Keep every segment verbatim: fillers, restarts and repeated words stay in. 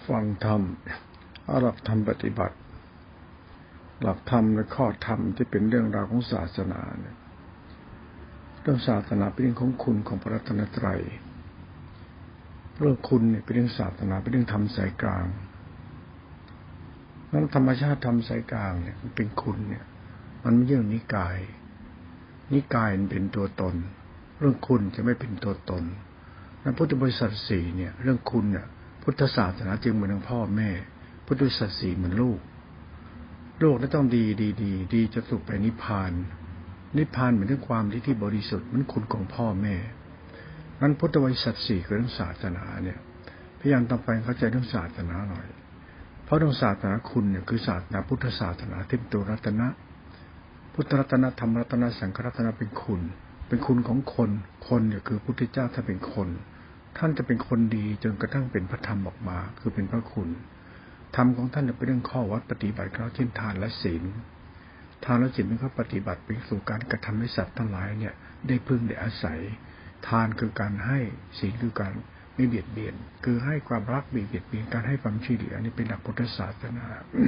ฟังธรรมเอาหลักธรรมปฏิบัติหลักธรรมและข้อธรรมที่เป็นเรื่องราวของศาสนาเนี่ยเรื่องศาสนาเป็นเรื่องของคุณของพระรัตนตรัยเรื่องคุณเนี่ยเป็นเรื่องศาสนาเป็นเรื่องธรรมสายกลางนั้นธรรมชาติธรรมสายกลางเนี่ยมันเป็นคุณเนี่ยมันไม่ใช่เรื่องนิกายนิกายมันเป็นตัวตนเรื่องคุณจะไม่เป็นตัวตนนั้นพุทธบริษัทสี่เนี่ยเรื่องคุณเนี่ยพุทธศาสนาจึงเหมือนพ่อแม่พุทธบริษัทสี่เหมือนลูกลูกต้องดีดีดีดีจะสุขไปนิพพานนิพพานเหมือนเรื่องความที่ที่บริสุทธิ์มันคุณของพ่อแม่นั้นพุทธบริษัทสี่คือเรื่องศาสนาเนี่ยพยายามต้องไปเข้าใจเรื่องศาสนาหน่อยเพราะเรื่องศาสนาคุณเนี่ยคือศาสนาพุทธศาสนาที่เป็นตัวรัตนะพุทธรัตนะธรรมรัตนะสังฆรัตนะเป็นคุณเป็นคุณของคนคนเนี่ยคือพุทธเจ้าถ้าเป็นคนท่านจะเป็นคนดีจนกระทั่งเป็นพระธรรมออกมาคือเป็นพระคุณธรรมของท่านเป็นเรื่องข้อวัดปฏิบัติเขาเช่นทานและศีลทานและศีลเป็นข้อปฏิบัติเป็นสู่การกระทำให้สัตว์ทั้งหลายเนี่ยได้พึ่งได้อาศัยทานคือการให้ศีลคือการไม่เบียดเบียนคือให้ความรักไม่เบียดเบียนการให้ความช่วยเหลือนี่เป็นหลักพุทธศาสนา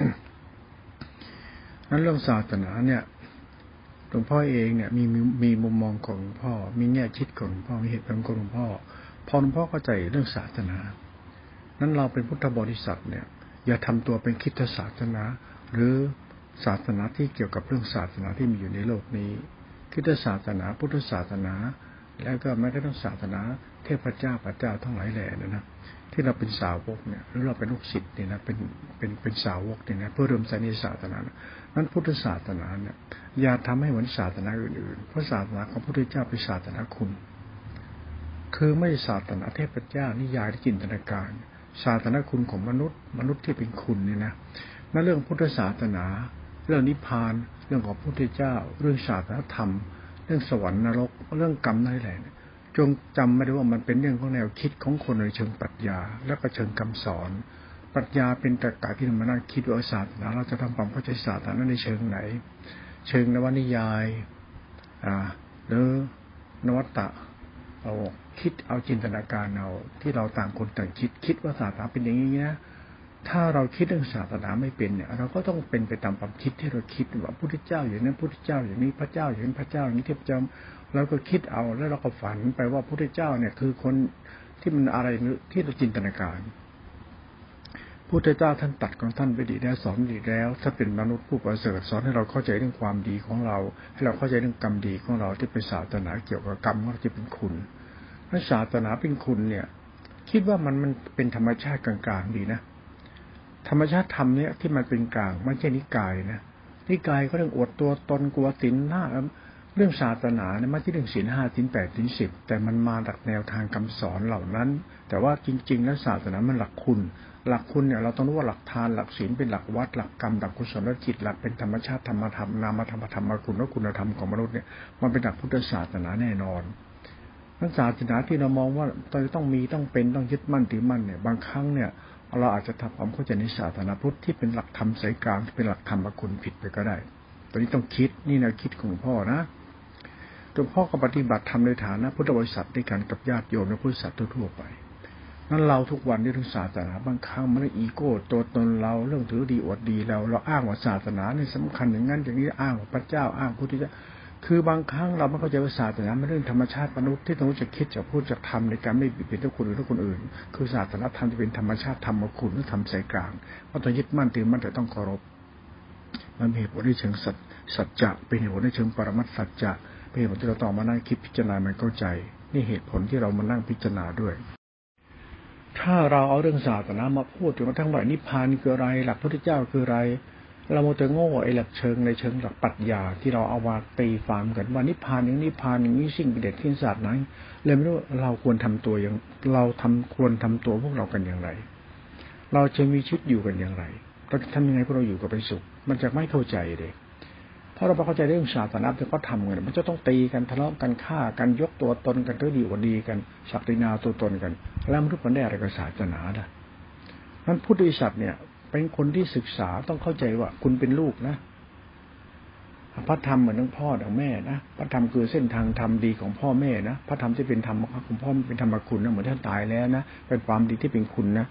นั้นเรื่องศาสนาเนี่ยหลวงพ่อเองเนี่ยมีมีมุมมองของหลวงพ่อมีแง่คิดของหลวงพ่อมีเหตุผลของหลวงพ่อพอหลวงพ่อเข้าใจเรื่องศาสนานั้นเราเป็นพุทธบริษัทเนี่ยอย่าทำตัวเป็นคริสตศาสนาหรือศาสนาที่เกี่ยวกับเรื่องศาสนาที่มีอยู่ในโลกนี้คริสตศาสนาพุทธศาสนาแล้วก็แม้กระทั่งศาสนาเทพเจ้าพระเจ้าทั้งหลายแหล่นะนะที่เราเป็นสาวกเนี่ยหรือเราเป็นลูกศิษย์เนี่ยนะเป็นเป็นเป็นสาวกเนี่ยนะเพื่อเริ่มใส่ในศาสนานั้นพุทธศาสนาเนี่ยอย่าทำให้เหมือนศาสนาอื่นๆเพราะศาสนาของพระพุทธเจ้าเป็นศาสนาคุณคือไม่ศาสนาเทพเจ้านิยายที่จินตนาการศาสนาคุณของมนุษย์มนุษย์ที่เป็นคุณเนี่ยนะนั่นเรื่องพุทธศาสนาเรื่องนิพพานเรื่องของพระพุทธเจ้าเรื่องศาสนาธรรมเรื่องสวรรค์นรกเรื่องกรรมนั่นแหละจงจำไม่ได้ว่ามันเป็นเรื่องของแนวคิดของคนในเชิงปรัชญาและก็เชิงคำสอนปรัชญาเป็นตรรกะที่มานั่งคิดว่าศาสนาเราจะทำความเข้าใจศาสนาในเชิงไหนเชิงนวนิยายอ่าหรือนวัตะเอาคิดเอาจินตนาการเอาที่เราต่างคนต่างคิดคิดว่าศาสนาเป็นอย่างนี้นะถ้าเราคิดเรื่องศาสนาไม่เป็นเนี่ยเราก็ต้องเป็นไปตามความคิดที่เราคิดว่าพุทธเจ้าอย่างนั้นพุทธเจ้าอย่างนี้พระเจ้าอย่างนี้พระเจ้าอย่างนี้เทพเจ้าเราก็คิดเอาแล้วเราก็ฝันไปว่าพุทธเจ้าเนี่ยคือคนที่มันอะไรที่เราจินตนาการพุทธเจ้าท่านตัดของท่านไปดีแล้วสอนดีแล้วถ้าเป็นมนุษย์ผู้ประเสริฐสอนให้เราเข้าใจเรื่องความดีของเราให้เราเข้าใจเรื่องกรรมดีของเราที่เป็นศาสนาเกี่ยวกับกรรมของเราที่เป็นคุณถ้าศาสนาเป็นคุณเนี่ยคิดว่ามันมันเป็นธรรมชาติกลางๆดีนะธรรมชาติธรรมเนี่ยที่มันเป็นกลางไม่ใช่นิกายนะนิกายก็เรื่องอวดตัวตนกลัวศีลห้าเรื่องศาสนาเนี่ยไม่ใช่เรื่องศีลห้าศีลแปดศีลสิบแต่มันมาจากแนวทางคำสอนเหล่านั้นแต่ว่าจริงๆแล้วศาสนามันหลักคุณหลักคุณเนี่ยเราต้องรู้ว่าหลักทานหลักศีลเป็นหลักวัดหลักกรรมหลักกุศลจิตหลักเป็นธรรมชาติธรรมธรรมนามธรรมธรรมคุณและคุณธรรมของมนุษย์เนี่ยมันเป็นหลักพุทธศาสนาแน่นอนนั้นศาสนาที่เรามองว่าต้องมีต้องเป็นต้องยึดมั่นถือมั่นเนี่ยบางครั้งเนี่ยเราอาจจะทำความเข้าใจในศาสนาพุทธที่เป็นหลักธรรมสายกลางเป็นหลักธรรมคุณผิดไปก็ได้ตอนนี้ต้องคิดนี่แนวคิดของพ่อนะตัวพ่อก็ปฏิบัติธรรมในฐานะพุทธบริษัทด้วยกันกับญาติโยมและพุทธศาสนาทั่วไปนั้นเราทุกวันนี้เรื่องศาสนาบางครั้งมันอีโก้ตัวตนเราเรื่องถือดีอวดดีเราเราอ้างว่าศาสนาเนี่ยสำคัญอย่างนั้นอย่างนี้อ้างว่าพระเจ้าอ้างพุทธเจ้าคือบางครั้งเราไม่เข้าใจว่าศาสนาเป็นเรื่องธรรมชาติมนุษย์ที่ต้องรู้จักคิดจะพูดจะทำในการไม่บิดเบือนทุกคนหรือทุกคนอื่นคือศาสนาธรรมจะเป็นธรรมชาติธรรมคุณหรือธรรมสายกลางเพราะต้องยึดมั่นถือมั่นแต่ต้องเคารพมันมีเหตุผลในเชิงสัจสัจจะเป็นเหตุผลในเชิงปรมัตถสัจจะเป็นเหตุผลที่เราต้องมานั่งคิดพิจารณามันเข้าใจนี่เหตุผลที่เรามานั่งพิจารณาด้วยถ้าเราเอาเรื่องศาสนามาพูดถึงกระทั่งว่านิพพานคืออะไรหลักพระพุทธเจ้าคืออะไรเราโมจะโง่ไอ้หลักเชิงในเชิงหลักปรัชญาที่เราเอามาตีความกันว่านิพพานอย่างนิพพานอย่างนี้สิ่งเป็นเด็ดที่ศาสตร์นั้นเลยไม่รู้เราควรทำตัวอย่างเราทำควรทำตัวพวกเรากันอย่างไรเราจะมีชีวิตอยู่กันอย่างไรเราจะทำยังไงพวกเราอยู่กับไปสุขมันจะไม่เข้าใจเลยเพราะเราเข้าใจเรื่องศาสนาแต่ก็ทำกันมันจะต้องตีกันทะเลาะกันฆ่ากันยกตัวตนกันตัวดีกว่าดีกันศักดินาตัวตนกันแล้วมันทุกคนได้อะไรกับศาสนาล่ะนั้นพุทธบริษัทเนี่ยเป็นคนที่ศึกษาต้องเข้าใจว่าคุณเป็นลูกนะพระธรรมเหมือนทั้งพ่อทั้งแม่นะพระธรรมคือเส้นทางธรรมดีของพ่อแม่นะพระธรรมที่เป็นธรรมของพ่อเป็นธรรมคุณนะเหมือนท่านตายแล้วนะเป็นความดีที่เป็นคุณนะ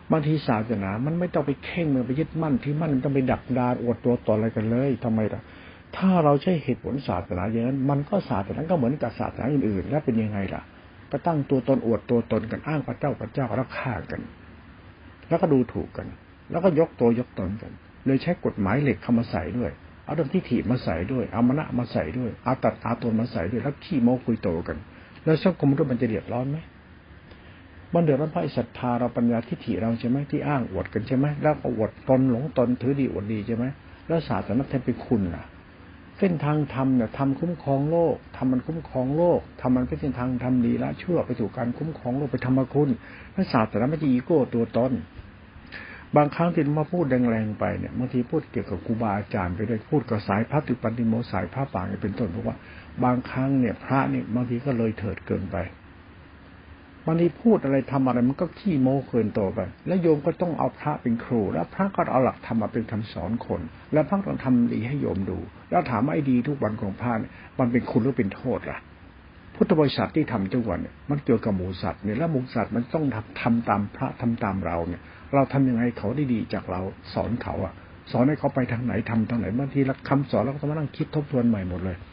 บางทีศาสนามันไม่ต้องไปเข่งมันไปยึดมั่นที่มั่นต้องไปดักดานอวดตัวตนอะไรกันเลยทำไมล่ะถ้าเราใช้เหตุผลศาสนาอย่างนั้นมันก็ศาสนาก็เหมือนกับศาสนาอื่นๆแล้วเป็นยังไงล่ะก็ตั้งตัวตนอวดตัวตนกันอ้างพระเจ้าพระเจ้ารักฆ่ากันแล้วก็ดูถูกกันแล้วก็ยกตัวยกตนกันเลยใช้กฎหมายเหล็กเข้ามาใส่ด้วยเอาเรื่องที่ถีบมาใส่ด้วยเอามณะมาใส่ด้วยเอาตัดอาตนมาใส่ด้วยแล้วขี้โม้คุยโตกันแล้วสังคมมันจะเดือดร้อนไหมมันเดือดร้อนเพราะศรัทธาเราปัญญาทิฏฐิเราใช่ไหมที่อ้างอวดกันใช่ไหมแล้วก็อวดตนหลงตนถือดีอวดดีใช่ไหมแล้วศาสนาแทนเป็นคุณล่ะเส้นทางธรรมเนี่ยทำคุ้มครองโลกทำมันคุ้มครองโลกทำมันเป็นเส้นทางทำดีละชั่วไปสู่การคุ้มครองโลกไปธรรมคุณนั้นศาสนาไม่ใช่อีโก้ตัวตนบางครั้งที่มาพูดแรงๆไปเนี่ยบางทีพูดเกี่ยวกับครูบาอาจารย์ไปด้วยพูดกับสายพระติปันติโมสายพระป่าเป็นต้นเพราะว่าบางครั้งเนี่ยพระนี่บางทีก็เลยเถิดเกินไปบางทีพูดอะไรทำอะไรมันก็ขี้โม้เกินโตไปแล้วโยมก็ต้องเอาพระเป็นครูแล้วพระก็เอาหลักธรรมมาเป็นคำสอนคนแล้วพระต้องทำดีให้โยมดูแล้วถามว่าไอ้ดีทุกวันของพระเนี่ยมันเป็นคุณหรือเป็นโทษล่ะพุทธบริษัทที่ทำทุกวันเนี่ยมันเกี่ยวกับหมูสัตว์เนี่ยแล้วหมูสัตว์มันต้องทำทำตามพระทำตามเราเนี่ยเราทำยังไงเขาได้ดีจากเราสอนเขาอ่ะสอนให้เขาไปทางไหนทำทางไหนบางทีคำสอนเราก็ต้องมานั่งคิดทบทวนใหม่หมดเลย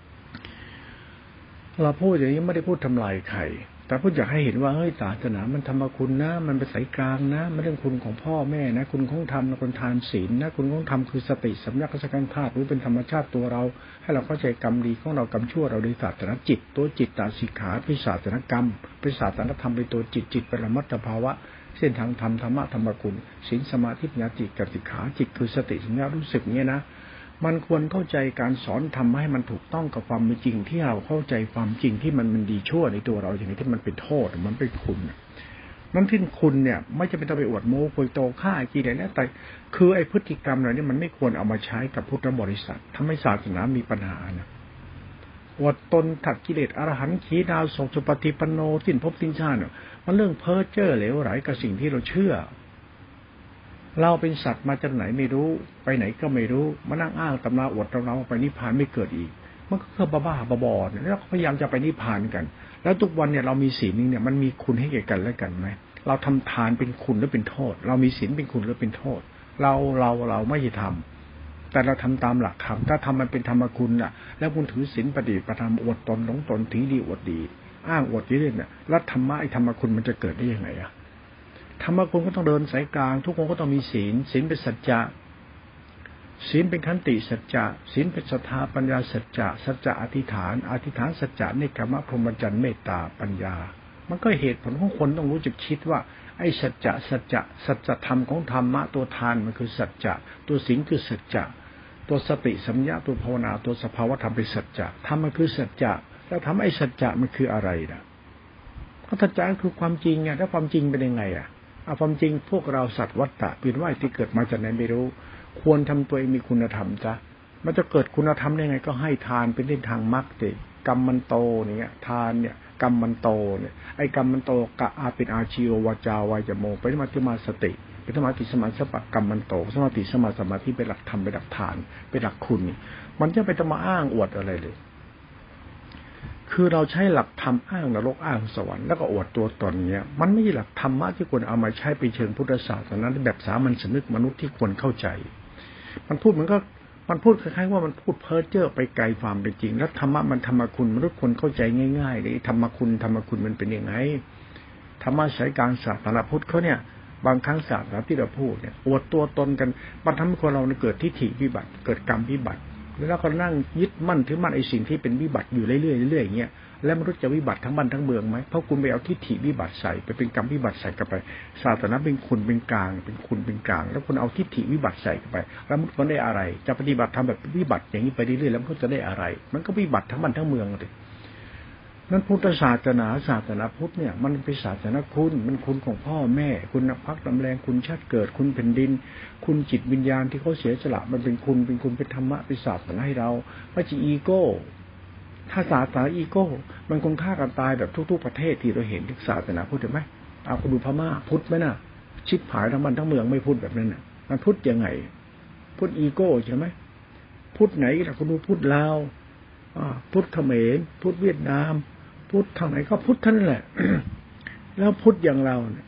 เราพูดอย่างนี้ไม่ได้พูดทำลายใครแต่พูดอยากให้เห็นว่าเฮ้ยศาสนามันธรรมคุณนะมันเป็นสายกลางนะมันเรื่องคุณของพ่อแม่นะคุณของธรรมนะคุณทานศีลนะคุณของธรรมคือสติสัมยาสังกัปธาตุหรือเป็นธรรมชาติตัวเราให้เราเข้าใจกรรมดีของเรากรรมชั่วเราโดยศาสนาจิตตัวจิตตาสิกขาเป็นศาสนกรรมเป็นศาสนธรรมเป็นตัวจิตจิตเป็นละมัตตภาวะเส้นทางธรรมธรรมะธรรมคุณศีลสมาธิปัญญาจิตกับสิกขาจิตคือสติสัมยารู้สึกเนี้ยนะมันควรเข้าใจการสอนทำให้มันถูกต้องกับความเป็นจริงที่เราเข้าใจความจริงที่มันมันดีชั่วในตัวเราอย่างนี้ที่มันเป็นโทษมันเป็นคุณนั่นที่คุณเนี่ยไม่จะเป็นต้องไปอวดโม้คุยโตฆ่ากี่ไหนนะแต่คือไอ้พฤติกรรมเหล่านี้มันไม่ควรเอามาใช้กับพุทธบริษัททำให้ศาสนามีปัญหานะอวดตนถัดกิเลสอรหันต์ขีดาวสงสุปฏิปันโนสิ้นภพสิ้นชาติมันเรื่องเพ้อเจ้อเหลวไหลกับสิ่งที่เราเชื่อเราเป็นสัตว์มาจากไหนไม่รู้ไปไหนก็ไม่รู้มานั่งอ้างตำราอวดตำราไปนิพพานไม่เกิดอีกมันก็คือบ้าๆบอๆแล้วพยายามจะไปนิพพานกันแล้วทุกวันเนี่ยเรามีศีลนี่เนี่ยมันมีคุณให้แก่กันและกันไหมเราทำทานเป็นคุณหรือเป็นโทษเรามีศีลเป็นคุณหรือเป็นโทษเราเราเราไม่ทำแต่เราทำตามหลักธรรมถ้าทำมันเป็นธรรมคุณน่ะแล้วคุณถือศีลปฏิบัติธรรมอวดตนหลงตนถือดีอวดดีอ้างอวดดีเนี่ยแล้วธรรมะไอ้ธรรมคุณมันจะเกิดได้ยังไงอะธรรมะคุณก็ต้องเดินสายกลางทุกคนก็ต้องมีศีลศีลเป็นสัจจะศีลเป็นขันติสัจจะศีลเป็นศรัทธาปัญญาสัจจะสัจจะอธิษฐานอธิษฐานสัจจะเนกขมะพรหมจรรย์เมตตาปัญญามันก็เหตุผลของคนต้องรู้จักคิดว่าไอ้สัจจะสัจจะสัจธรรมของธรรมะตัวทานมันคือสัจจะตัวศีลคือสัจจะตัวสติสัมยาตัวภาวนาตัวสภาวะธรรมเป็นสัจจะธรรมมันคือสัจจะแล้วทำไอ้สัจจะมันคืออะไรนะก็สัจจะคือความจริงไงแล้วความจริงเป็นยังไงอ่ะเอาความจริงพวกเราสัตว์วัฏฏะเป็นว่าที่เกิดมาจากไหนไม่รู้ควรทำตัวเองมีคุณธรรมจ้ะมันจะเกิดคุณธรรมได้ไงก็ให้ทานเป็นเส้นทางมรรคเด็กกรรมมันโตเนี่ยทานเนี่ยกรรมมันโตเนี่ยไอ้กรรมมันโตกะอาเป็นอาชีววาจาวายโมเป็นมาธิมาสติเป็นสมาธิสมาสัพพะกรรมมันโตสมาธิสมาสมาธิเป็นหลักธรรมเป็นหลักฐานเป็นหลักคุณมันจะไปต้องมาอ้างอวดอะไรเลยคือเราใช้หลักธรรมอ้างนรกอ้างสวรรค์แล้วก็อวดตัวตนเนี้ยมันไม่ใช่หลักธรรมะที่ควรเอามาใช้ไปเชิงพุทธศาสนาแบบสามัญสำนึกมนุษย์ที่ควรเข้าใจมันพูดมันก็มันพูดคล้ายๆว่ามันพูดเพ้อเจ้อไปไกลความเป็นจริงแล้วธรรมะมันธรรมคุณมนุษย์ควรเข้าใจง่ายๆเลยธรรมคุณธรรมคุณมันเป็นยังไงธรรมะสายกลางศาสนาพุทธเขาเนี่ยบางครั้งศาสนาที่เราพูดเนี่ยอวดตัวตนกันมันทำให้คนเราเกิดทิฏฐิวิบัติเกิดกรรมวิบัติแล้วก็นั่งยึดมั่นถือมั่นไอ้สิ่งที่เป็นวิบัติอยู่เรื่อยๆเรื่อยๆอย่างเงี้ยแล้วมนุษย์จะวิบัติทั้งบ้านทั้งเมืองไหมเพราะคุณไปเอาทิฏฐิวิบัติใส่ไปเป็นกรรมวิบัติใส่กันไปศาสนาเป็นคุณเป็นกลางเป็นคุณเป็นกลางแล้วคุณเอาทิฏฐิวิบัติใส่กันไปแล้วมนุษย์มันได้อะไรจะปฏิบัติทำแบบวิบัติอย่างนี้ไปเรื่อยๆแล้วมนุษย์จะได้อะไรมันก็วิบัติทั้งบ้านทั้งเมืองเลยนั้นพุทธศาสนาศาสนาพุทธเนี่ยมันเป็นศาสนาคุณมันคุณของพ่อแม่คุณนักพักลำแรงคุณชาติเกิดคุณแผ่นดินคุณจิตวิญญาณที่เขาเสียสละมันเป็นคุณเป็นคุณเป็นธรรมะเป็นศาสนาให้เราไม่ใช่อีโก้ถ้าศาสนาอีโก้มันคงฆ่ากันตายแบบทุกๆประเทศที่เราเห็นที่ศาสนาพุทธถูกไหมเอาคุณดูพม่าพุทธไหมน่ะชิบหายทั้งบ้านทั้งเมืองไม่พูดแบบนั้นน่ะมันพุทธยังไงพุทธอีโก้ใช่ไหมพุทธไหนล่ะคุณดูพุทธลาวพุทธเขมรพุทธเวียดนามพุทธทางไหนก็พุทธท่านแหละแล้วพุทธอย่างเราเนี่ย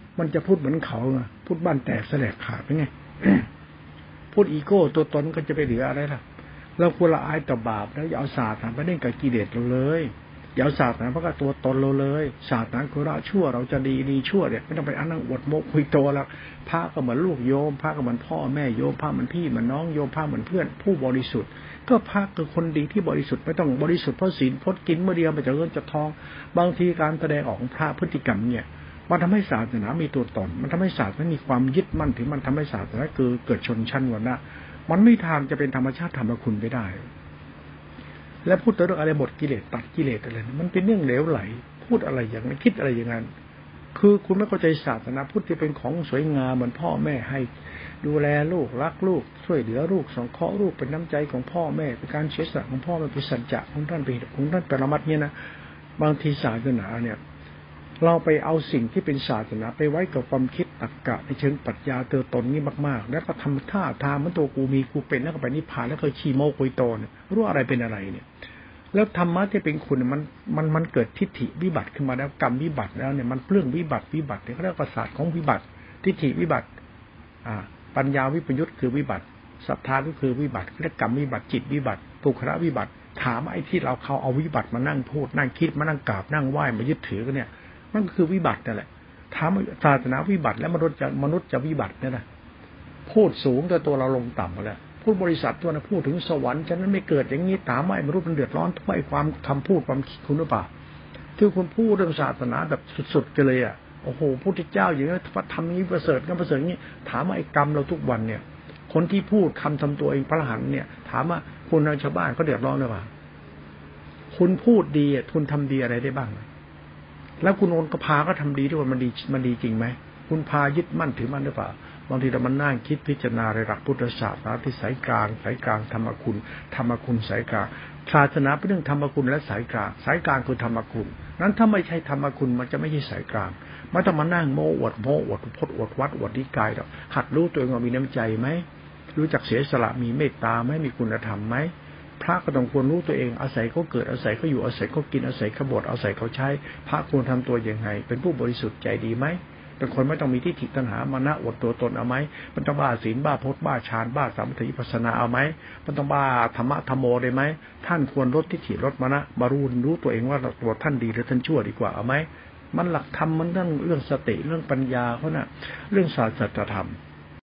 มันจะพูดเหมือนเขาพูดบ้านแตกแสลกขาดเป็นไง พูดอีโก้ตัวตนก็จะไปเหลืออะไรล่ะเราควรละอายต่อบาปแล้วอย่าเอาศาสตร์มาเล่นกับกิเลสเราเลยอย่าเอาศาสตร์นะเพราะกับตัวตนเราเลยศาสตร์นั้นคือละชั่วเราจะดีดีชั่วเนี่ยไม่ต้องไปอันนั่งอวดโมกคุยโตแล้วพระก็เหมือนลูกโยมพระก็เหมือนพ่อแม่โยมพระเหมือนพี่เหมือนน้องโยมพระเหมือนเพื่อนผู้บริสุทธิ์ก็พระคือคนดีที่บริสุทธิ์ไม่ต้องบริสุทธิ์เพราะศีลพจน์กินเมื่อเดียวมันจะเงินจะทองบางทีการแสดงออกของพระพฤติกรรมเนี่ยมันทำให้ศาสนามีตัวตนมันทำให้ศาสนามีความยึดมั่นถึงมันทำให้ศาสนาคือเกิดชนชั้นวรรณะมันไม่ทางจะเป็นธรรมชาติธรรมคุณไปได้และพูดแต่เรื่องอะไรหมดกิเลสตัดกิเลสอะไรมันเป็นเรื่องเหลวไหลพูดอะไรอย่างนั้นคิดอะไรอย่างนั้นคือคุณไม่เข้าใจศาสนาพุทธที่เป็นของสวยงามเหมือนพ่อแม่ให้ดูแลลูกรักลูกช่วยเหลือลูกสงเคราะห์ลูกเป็นน้ำใจของพ่อแม่เป็นการเสียสละของพ่อมันเป็นสัจจะของท่านเป็นของท่านปรมัตถ์เนี่ยนะบางทีศาสนาเนี่ยเราไปเอาสิ่งที่เป็นศาสนาไปไว้กับความคิดตรรกะในเชิงปรัชญาเตอตนนี่มากๆแล้วก็ทำท่าทางมันตัวกูมีกูเป็นแล้วก็ไปนิพพานแล้วก็ชี้โมกุยโตเนี่ยรู้อะไรเป็นอะไรเนี่ยแล้วธรรมะที่เป็นคุณมันมันมันเกิดทิฏฐิวิบัติขึ้นมาแล้วกรรมวิบัติแล้วเนี่ยมันเรื่องวิบัติวิบัติเนี่ยเขาเรียกว่าศาสตร์ของวิบัติทิฏฐิวิบัติอ่าปัญญาวิปยุตคือวิบัติศรัทธาก็คือวิบัติเรียกกรรมวิบัติจิตวิบัติปุคละวิบัติถามไอ้ที่เราเขาเอาวิบัติมานั่งพูดนั่งคิดมานั่งกราบนั่งไหว้มายึดถือกันเนี่ยมันก็คือวิบัตินั่นแหละถามศาสนาวิบัติแล้วมนุษย์จะมนุษย์จะวิบัติเนี่ยนะพูดสูงแต่ตัวเราลงต่ำหมดแล้วพูดบริษัทตัวนะพูดถึงสวรรค์ฉะนั้นไม่เกิดอย่างนี้ถามว่าไอ้มนุษย์มันเดือดร้อนทุกไอ้ความคำพูดความคิดคุณหรือเปล่าที่คุณพูดเรื่องศาสนาแบบสุดๆกันเลยอ่ะโอ้โหพุทธเจ้าอย่างนี้พระธรรมนี้ประเสริฐกันประเสริฐอย่างนี้ถามว่าไอ้กรรมเราทุกวันเนี่ยคนที่พูดคำทำตัวเองพระอรหันต์เนี่ยถามว่าคุณชาวบ้านเขาเดือดร้อนหรือเปล่าคุณพูดดีอ่ะคุณทำดีอะไรได้บ้างแล้วคุณโอนกพาก็ทำดีด้วยมันดีมันดีจริงไหมคุณพายึดมั่นถือมั่นหรือเปล่าบางทีเรามันนั่งคิดพิจารณาในหลักพุทธศาสนาที่สายกลางสายกลางธรรมคุณธรรมคุณสายกลางศาสนาเป็นเรื่องธรรมคุณและสายกลางสายกลางคือธรรมคุณนั้นถ้าไม่ใช่ธรรมคุณมันจะไม่ใช่สายกลางไม่ต้องมานั่งโม้อวดโม้อวดพจน์อวดวัดอวดนิกายหรอกหัดรู้ตัวเองว่ามีน้ำใจไหมรู้จักเสียสละมีเมตตาไหมมีคุณธรรมไหมพระก็ต้องควรรู้ตัวเองอาศัยเขาเกิดอาศัยเขาอยู่อาศัยเขากินอาศัยเขาบวชอาศัยเขาใช้พระควรทำตัวยังไงเป็นผู้บริสุทธิ์ใจดีไหมเป็นคนไม่ต้องมีทิฏฐิตัณหามานะอวดตัวตนเอาไหมมันต้องบ้าศีลบ้าพจน์บ้าฌานบ้าสมาธิวิปัสสนาเอาไหมมันต้องบ้าธรรมะธรรมโมได้ไหมท่านควรลดทิฏฐิลดมานะมารู้รู้ตัวเองว่าตัวท่านดีหรือท่านชั่วดีกว่าเอาไหมมันหลักธรรมมันเรื่องเรื่องสติเรื่องปัญญาเขาน่ะเรื่องศาสตรธรรม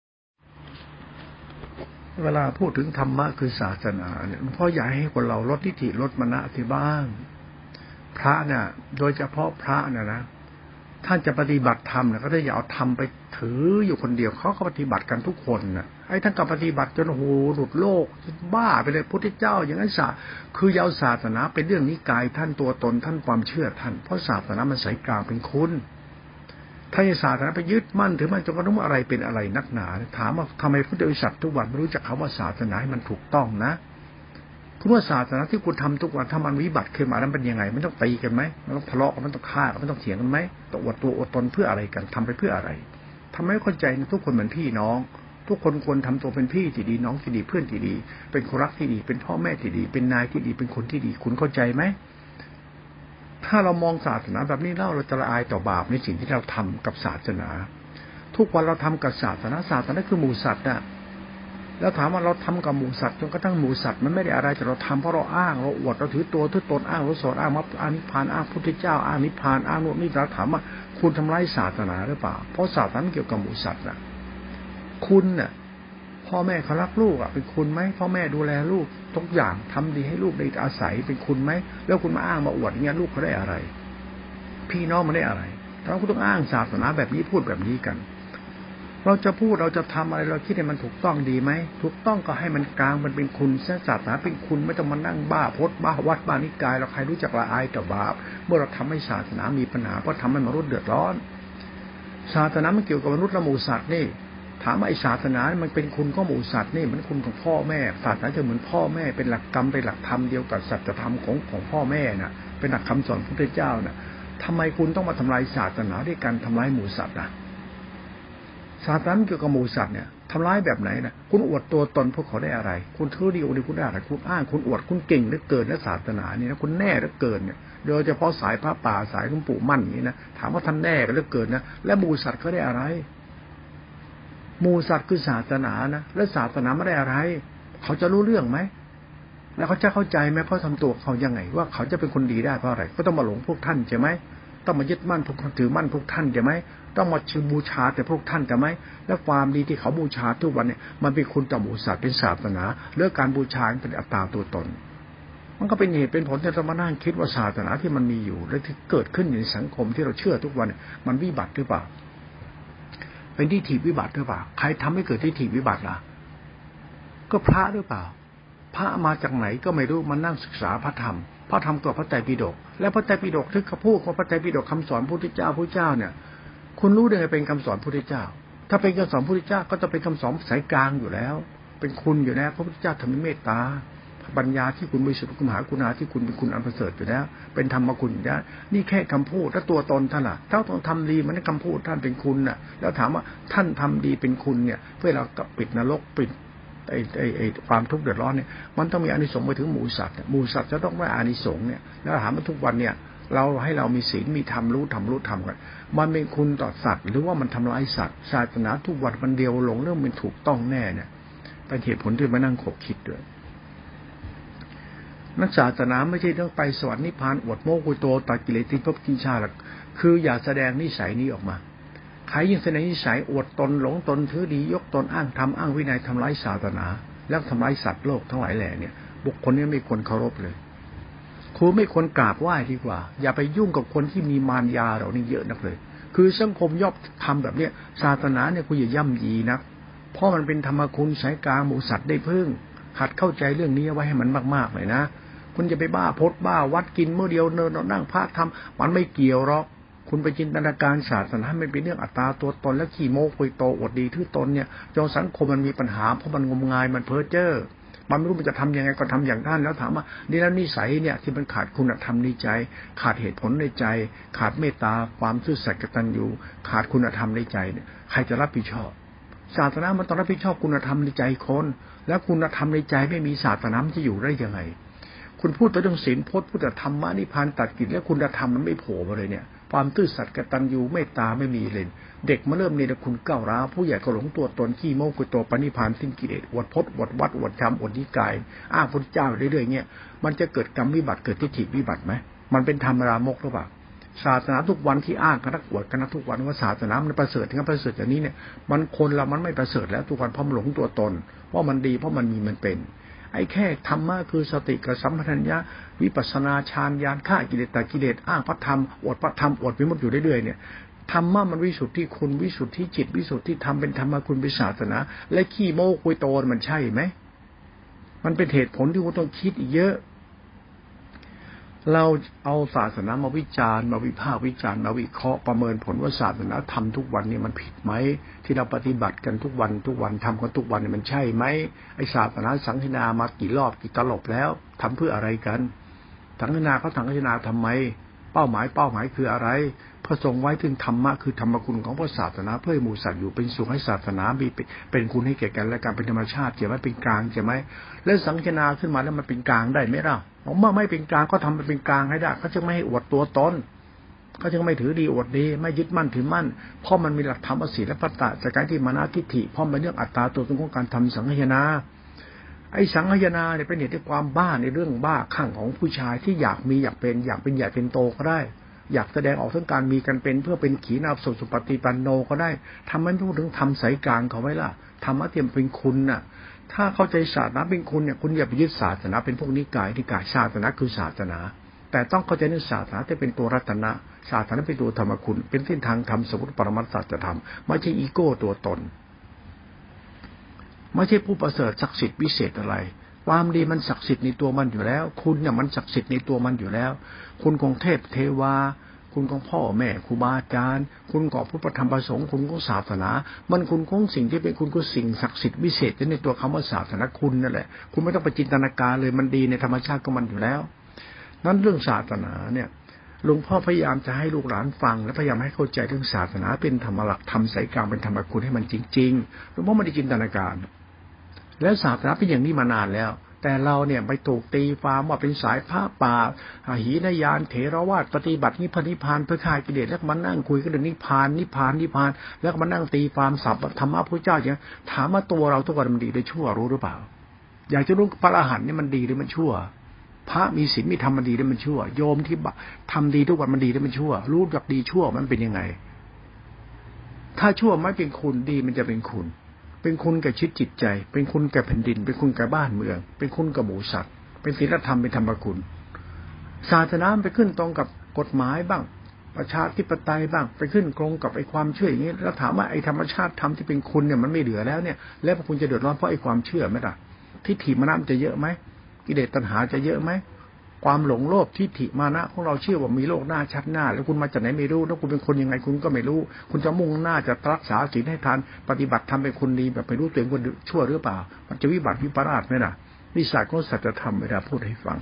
เวลาพูดถึงธรรมะคือศาสนาเนี่ยพ่ออยากให้คนเราลดทิฏฐิลดมานะที่บ้างพระเนี่ยโดยเฉพาะพระเนี่ยนะท่านจะปฏิบัติธรรมเนี่ยก็ได้อย่าเอาธรรมไปถืออยู่คนเดียวเขาก็ปฏิบัติกันทุกคนน่ะไอ้ท่านก็ปฏิบัติจนโอ้โหหลุดโลกบ้าไปเลยพุทธเจ้าอย่างนั้นศาสคือยาวศาสนาเป็นเรื่องนิกายท่านตัวตนท่านความเชื่อท่านเพราะศาสนามันสายกลางเป็นคุณถ้าศาสนาไปยึดมั่นถือมันจนกระทั่งอะไรเป็นอะไรนักหนาถามว่าทำไมพุทธบริษัททุกวันไม่รู้จักคำว่าศาสนาให้มันถูกต้องนะคุณว่าศาสนาที่คุณทำทุกวันถ้ามันวิบัติขึ้นมาแล้วเป็นยังไงมันต้องตีกันไหมมันต้องทะเลาะกันมันต้องฆ่ากันมันต้องเถียงกันไหมต้องอวดตัวอวดตนเพื่ออะไรกันทำไปเพื่ออะไรทำให้เข้าใจทุกคนเหมือนพี่น้องทุกคนควรทำตัวเป็นพี่ที่ดีน้องที่ดีเพื่อนที่ดีเป็นคนรักที่ดีเป็นพ่อแม่ที่ดีเป็นนายที่ดีเป็นคนที่ดีคุณเข้าใจไหมถ้าเรามองศาสนาแบบนี้แล้วเราจะละอายต่อบาปในสิ่งที่เราทำกับศาสนาทุกวันเราทำกับศาสนาศาสนาคือหมู่สัตว์น่ะแล้วถามว่าเราทำกับหมู่สัตว์จนกระทั่งหมู่สัตว์มันไม่ได้อะไรแต่เราทำเพราะเราอ้างเราอวดเราถือตัวถือตนอ้างเราสอนอ้างมาอานิพพานอ้างพุทธเจ้าอ้างนิพพานอ้างโน่นนี่เราถามว่าคุณทำลายศาสนาหรือเปล่าเพราะศาสนาเกี่ยวกับหมู่สัตว์น่ะคุณน่ะพ่อแม่เขารักลูกอ่ะเป็นคุณไหมพ่อแม่ดูแลลูกทุกอย่างทำดีให้ลูกได้อาศัยเป็นคุณไหมแล้วคุณมาอ้างมาอวดอย่างเงี้ยลูกเขาได้อะไรพี่น้องมันได้อะไรเราก็ต้องอ้างศาสนาแบบนี้พูดแบบนี้กันเราจะพูดเราจะทำอะไรเราคิดให้มันถูกต้องดีไหมถูกต้องก็ให้มันกลางมันเป็นคุณศาสนาเป็นคุณไม่ต้องมานั่งบ้าพจน์บ้าวัดบ้านิกายเราใครรู้จักละอายต่อบาปเมื่อเราทำให้ศาสนามีปัญหาเพราะทำให้มนุษย์เดือดร้อนศาสนามันเกี่ยวกับมนุษย์และหมู่สัตว์นี่ถามว่าไอ้ศาสนามันเป็นคุณก็หมู่สัตว์นี่มันคุณของพ่อแม่ศาสนาจะเหมือนพ่อแม่เป็นหลักกรรมเป็นหลักธรรมเดียวกับสัจธรรมของของพ่อแม่น่ะเป็นหลักคำสอนพระพุทธเจ้าน่ะทำไมคุณต้องมาทำลายศาสนาด้วยการทำลายหมู่สัตว์อ่ะศาสนาเกี่ยวกับหมู่สัตว์เนี่ยทำร้ายแบบไหนนะคุณอวดตัวตนพวกเขาได้อะไรคุณทื่อดีโอดีคุณได้อะไรคุณอ้างคุณอวดคุณเก่งเหลือเกินและศาสนานี่นะคุณแน่เหลือเกินเนี่ยโดยเฉพาะสายพระป่าสายหลวงปู่มั่นนี่นะถามว่าท่านแน่กันเหลือเกินนะและหมู่สัตว์เขาได้อะไรหมู่สัตว์คือศาสนานะและศาสนาไม่ได้อะไรเขาจะรู้เรื่องไหมแล้วเขาจะเข้าใจไหมเขาทำตัวเขายังไงว่าเขาจะเป็นคนดีได้เพราะอะไรก็ต้องมาหลงพวกท่านใช่ไหมต้องมายึดมั่นพวกถือมั่นพวกท่านใช่ไหมต้องมาชื่อบูชาแต่พวกท่านใช่ไหมและความดีที่เขาบูชาทุกวันเนี่ยมันเป็นคุณต่อหมู่สัตว์เป็นศาสนาเรื่องการบูชาเป็นอัตตาตัวตนมันก็เป็นเหตุเป็นผลที่เรามานั่งคิดว่าศาสนาที่มันมีอยู่และที่เกิดขึ้นในสังคมที่เราเชื่อทุกวันมันวิบัติหรือเปล่าเป็นทิฏฐิวิบัติหรือเปล่าใครทำให้เกิดทิฏฐิวิบัติล่ะก็พระหรือเปล่าพระมาจากไหนก็ไม่รู้มานั่งศึกษาพระธรรมพระธรรมกับพระไตรปิฎกและพระไตรปิฎกที่เขาพูดว่าพระไตรปิฎกคำสอนพระพุทธเจ้าพระเจ้าเนี่ยคุณรู้ได้ไงเป็นคำสอนพระพุทธเจ้าถ้าเป็นคำสอนพระพุทธเจ้าก็จะเป็นคำสอนสายกลางอยู่แล้วเป็นคุณอยู่แล้วพระพุทธเจ้าทำให้เมตตาปัญญาที่คุณบริสุทธิ์คุณมหากรุณาที่คุณเป็นคุณอันประเสริฐอยู่แล้วเป็นธรรมคุณอยู่แล้วนี่แค่คำพูดและตัวตนท่านล่ะถ้าต้องทำดีมันคำพูดท่านเป็นคุณน่ะแล้วถามว่าท่านทำดีเป็นคุณเนี่ยเพื่อเรากับปิดนรกปิดไอ้ไอ้ไอ้ความทุกข์เดือดร้อนเนี่ยมันต้องมีอานิสงส์ไปถึงหมู่สัตว์หมู่สัตว์จะต้องได้อานิสงส์เนี่ยแล้วถามว่าทุกวันเนี่ยเราให้เรามีศีลมีธรรมรู้ธรรมรู้ธรรมกันมันเป็นคุณต่อสัตว์หรือว่ามันทำลายสัตว์ศาสนาทุกวันมันเดียวลงเรื่องมันถูกต้องแน่เนี่ยเป็นเหตุผลที่มานั่งขบคิดด้วยนักศาสนาไม่ใช่เรื่องไปสวรรค์นิพพานอวดโม้กุโตตัดกิเลสทิ้งภพทิ้งชาติหรอกคืออย่าแสดงนิสัยนี้ออกมาใครยิ่งแสดงนิสัยอวดตนหลงตนถือดียกตนอ้างธรรมอ้างวินัยทำร้ายศาสนาแล้วทำร้ายสัตว์โลกทั้งหลายแหล่เนี่ยบุคคลนี้ไม่ควรเคารพเลยครูไม่ควรกราบไหว้ดีกว่าอย่าไปยุ่งกับคนที่มีมารยาเหล่านี้เยอะนักเลยคือสังคมย่อมทำแบบเนี้ยศาสนาเนี่ยคุณอย่าย่ำยีนะเพราะมันเป็นธรรมคุณสายกลางหมู่สัตว์ได้พึ่งหัดเข้าใจเรื่องนี้ไว้ให้มันมากๆเลยนะคุณจะไปบ้าพดบ้าวัดกินเมื่อเดียวเนินนั่งพระทำมันไม่เกี่ยวหรอกคุณไปจินตนาการศาสนาไม่เป็นเรื่องอัตตาตัวตนและขี้โม้คุยโตอวดดีทื่อตนเนี่ยจนสังคมมันมีปัญหาเพราะมันงมงายมันเพ้อเจ้อมันไม่รู้มันจะทำยังไงก็ทำอย่างนั้นแล้วถามว่านี่แล้วนิสัยเนี่ยที่มันขาดคุณธรรมในใจขาดเหตุผลในใจขาดเมตตาความซื่อสัตย์กตัญญูขาดคุณธรรมในใจเนี่ยใครจะรับผิดชอบศาสนามันต้องรับผิดชอบคุณธรรมในใจคนแล้วคุณธรรมในใจไม่มีศาสนาจะอยู่ได้ยังไงคุณพูดแต่เรื่องศีลพจน์พูดแต่ธรรมะนิพพานตัดกิเลสแล้วคุณธรรมมันไม่โผล่มาเลยเนี่ยความซื่อสัตย์กตัญญูเมตตาไม่มีเลยเด็กมาเริ่มเนรคุณก้าวร้าวผู้ใหญ่ก็หลงตัวตนขี้โม้กุโตปณิพานสิ้นกิเลสอวดพจน์อวดวัดอวดธรรมอวดนิกายอ้างพระเจ้าเรื่อยๆเงี้ยมันจะเกิดกรรมวิบัติเกิดทิฏฐิวิบัติไหมมันเป็นธรรมรามกหรือเปล่าศาสนาทุกวันที่อ้างกันนักอวดกันนักทุกวันว่าศาสนามันประเสริฐถึงประเสริฐอย่างนี้เนี่ยมันคนเรามันไม่ประเสริฐแล้วทุกวันเพราะมันหลงตัวตนเพราะมันดีเพราะมันมีมันเป็นไอ้แค่ธรรมะคือสติกับสัมปชัญญะวิปัสสนาฌานญาณฆ่ากิเลสตัดกิเลสอ้างพระธรรมอวดพระธรรมอวดวิมุตติอยู่เรื่อยๆเนี่ยธรรมะมันวิสุทธิคุณวิสุทธิจิตวิสุทธิธรรมเป็นธรรมะคุณเป็นศาสนาและขี้โม้คุยโตมันใช่ไหมมันเป็นเหตุผลที่คุณต้องคิดอีกเยอะเราเอาศาสนามาวิจารณ์มาวิพากษ์วิจารณ์มาวิเคราะห์ประเมินผลว่าศาสนาทำทุกวันนี้มันผิดไหมที่เราปฏิบัติกันทุกวันทุกวันทำกันทุกวันเนี่ยมันใช่ไหมไอศาสนาสังฆนามากี่รอบกี่ตลบแล้วทำเพื่ออะไรกันสังฆนาเขาสังฆนาทำไมเป้าหมายเป้าหมายคืออะไรพระทรงไว้ถึงธรรมะคือธรรมคุณของพระศาสนาเพื่อให้หมู่สัตว์อยู่เป็นสุขให้ศาสนามีเป็นคุณให้แก่กันและการเป็นธรรมชาติใช่ไหมเป็นกลางใช่ไหมแล้วสังฆนาขึ้นมาแล้วมันเป็นกลางได้ไหมล่ะเมื่อไม่เป็นกลางก็ทำเป็นกลางให้ได้เขาจะไม่ให้อวดตัวตนเขาจะไม่ถือดีอวดดีไม่ยึดมั่นถือมั่นเพราะมันมีหลักธรรมศีลและปัตตะจากการที่มานะทิฏฐิเพราะมันเรื่องอัตตาตัวตนของการทำสังฆนาไอ้สังฆนาเนี่ยเป็นเหตุที่ความบ้าในเรื่องบ้าคลั่งของผู้ชายที่อยากมีอยากเป็นอยากเป็นใหญ่เป็นโตก็ได้อยากแสดงออกถึงการมีกันเป็นเพื่อเป็นขีณาสสุปฏิปันโนก็ได้ทำให้พูดถึงทำสายกลางเขาไว้ล่ะธรรมะเทียมเป็นคุณน่ะถ้าเข้าใจศาสนาเป็นคุณเนี่ยคุณอย่าไปยึดศาสนาเป็นพวกนิกายนิกายศาสนาคือศาสนาแต่ต้องเข้าใจในศาสนาที่เป็นตัวรัตนะศาสนาเป็นตัวธรรมคุณเป็นเส้นทางธรรมสมมติปรมัตถสัจธรรมไม่ใช่อีโก้ตัวตนไม่ใช่ผู้ประเสริฐศักดิ์สิทธิ์วิเศษอะไรความดีมันศักดิ์สิทธิ์ในตัวมันอยู่แล้วคุณเนี่ยมันศักดิ์สิทธิ์ในตัวมันอยู่แล้วคุณของเทพเทวาคุณของพ่อแม่ครูบาอาจารย์คุณของพระพุทธธรรมประสงค์คุณของศาสนามันคุณของสิ่งที่เป็นคุณก็สิ่งศักดิ์สิทธิ์วิเศษในตัวคำว่าศาสนาคุณนั่นแหละคุณไม่ต้องไปจินตนาการเลยมันดีในธรรมชาติของมันอยู่แล้วนั้นเรื่องศาสนาเนี่ยหลวงพ่อพยายามจะให้ลูกหลานฟังและพยายามให้เข้าใจเรื่องศาสนาเป็นธรรมหลักธรรมสายกลางเป็นธรรมคุณให้มันจริงๆหลวงพ่อไม่ได้จินตนาการแล้วศาสนาเป็นอย่างนี้มานานแล้วแต่เราเนี่ยไปถูกตีความว่าเป็นสายพระป่าหีนยานเถรวาทปฏิบัตินิพพานเพื่อฆ่ากิเลสแล้วมานั่งคุยกันเรื่องนิพพานนิพพานนิพพานแล้วก็มานั่งตีความศัพท์ธรรมะพระเจ้าอย่างถามว่าตัวเราทุกวันมันดีหรือชั่วรู้หรือเปล่าอยากจะรู้พระอรหันต์นี่มันดีหรือมันชั่วพระมีศีลมีธรรมมันดีหรือมันชั่วโยมที่ทำดีทุกวันมันดีหรือมันชั่วรู้จักดีชั่วมันเป็นยังไงถ้าชั่วไม่เป็นคุณดีมันจะเป็นคุณเป็นคุณกับชีวิตจิตใจเป็นคุณกับแผ่นดินเป็นคุณกับบ้านเมืองเป็นคุณกับหมู่สัตว์เป็นศีลธรรมเป็นธรรมคุณศาสนาไปขึ้นตรงกับกฎหมายบ้างประชาธิปไตยบ้างไปขึ้นตรงกับไอ้ความเชื่ออย่างนี้แล้วถามว่าไอ้ธรรมชาติธรรมที่เป็นคุณเนี่ยมันไม่เหลือแล้วเนี่ยแล้วคุณจะเดือดร้อนเพราะไอ้ความเชื่อไหมล่ะทิฏฐิมานะมันจะเยอะไหมกิเลสตัณหาจะเยอะไหมความหลงโลภทิฏฐิมานะของเราเชื่อว่ามีโลกหน้าชัดหน้าแล้วคุณมาจากไหนไม่รู้แล้วคุณเป็นคนยังไงคุณก็ไม่รู้คุณจะมุ่งหน้าจะรักษาศีลให้ทานปฏิบัติทำเป็นคนดีแบบไปรู้ตัวเองคนชั่วหรือเปล่ามันจะวิบัติวิปลาสไหมล่ะวิสัยของสัจธรรมเวลาพูดให้ฟัง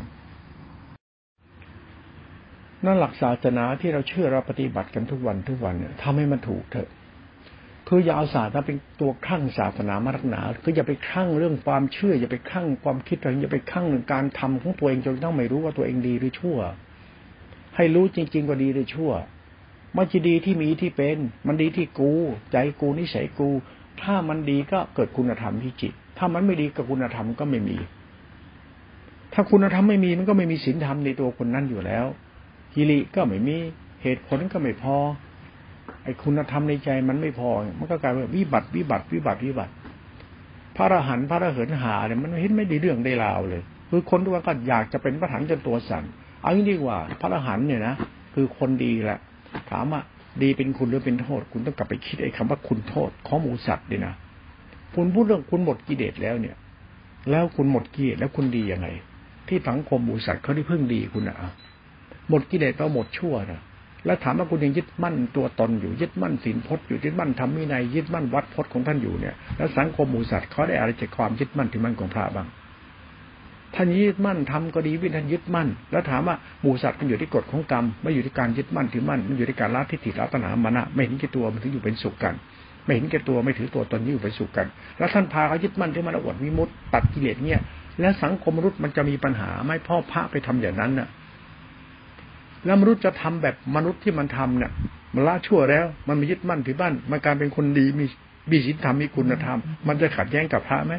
นั่นหลักศาสนาที่เราเชื่อเราปฏิบัติกันทุกวันทุกวันเนี่ยทำให้มันถูกเถอะคืออย่าเอาศาสนาเป็นตัวคลั่งศาสนามารักหนาคืออย่าไปคลั่งเรื่องความเชื่ออย่าไปคลั่งความคิดอะไรอย่าไปคลั่งการทำของตัวเองจนต้องไม่รู้ว่าตัวเองดีหรือชั่วให้รู้จริงๆว่าดีหรือชั่วมันจะดีที่มีที่เป็นมันดีที่กูใจกูนิสัยกูถ้ามันดีก็เกิดคุณธรรมที่จิตถ้ามันไม่ดีกับคุณธรรมก็ไม่มีถ้าคุณธรรมไม่มีมันก็ไม่มีศีลธรรมในตัวคนนั้นอยู่แล้วฮิริก็ไม่มีเหตุผลก็ไม่พอไอ้คุณธรรมในใจมันไม่พอมันก็กลายเป็นวิบัติวิบัติวิบัติวิบัติพระอรหันต์พระอรหันต์หาเนี่ยมันเห็นไม่ได้เรื่องได้ราวเลยคือคนทุกคนก็อยากจะเป็นพระอรหันต์จนตัวสั่นเอางี้ดีกว่าพระอรหันต์เนี่ยนะคือคนดีแหละถามว่าดีเป็นคุณหรือเป็นโทษคุณต้องกลับไปคิดไอ้คำว่าคุณโทษของหมูสัตว์ดินะคุณพูดเรื่องคุณหมดกิเลสแล้วเนี่ยแล้วคุณหมดกิเลสแล้วคุณดียังไงที่สังคมหมูสัตว์เขาที่พึ่งดีคุณอ่ะหมดกิเลสแล้วหมดชั่วนะแล้วถามว่าคุณยังยึดมั่นตัวตนอยู่ยึดมั่นศีลพจน์อยู่ยึดมั่นธรรมวินัยยึดมั่นวัดพจน์ของท่านอยู่เนี่ยแล้วสังคมหมู่สัตว์เขาได้อะไรจากความยึดมั่นถือมั่นของพระบ้างท่านยึดมั่นทำก็ดีวินัยยึดมั่นแล้วถามว่าหมู่สัตว์มันอยู่ที่กฎของกรรมไม่อยู่ที่การยึดมั่นถือมั่นมันอยู่ที่การละทิฏฐิละตัณหามานะไม่เห็นแก่ตัวมันถึงอยู่เป็นสุขกันไม่เห็นแก่ตัวไม่ถือตัวตนอยู่เป็นสุขกันแล้วท่านพาเขายึดมั่นถือมั่นอวดวิมุตติตัดกิเลสเนี่ยแล้วสังคมมนุษย์มันจะมีปัญหาไม่พ่อพระไปทำอย่างนั้นน่ะแล้วมนุษย์จะทำแบบมนุษย์ที่มันทำเนี่ยมันละชั่วแล้วมันไม่ยึดมั่นถือมั่นมันการเป็นคนดีมีมีศีลธรรมมีคุณธรรมมันจะขัดแย้งกับพระไหม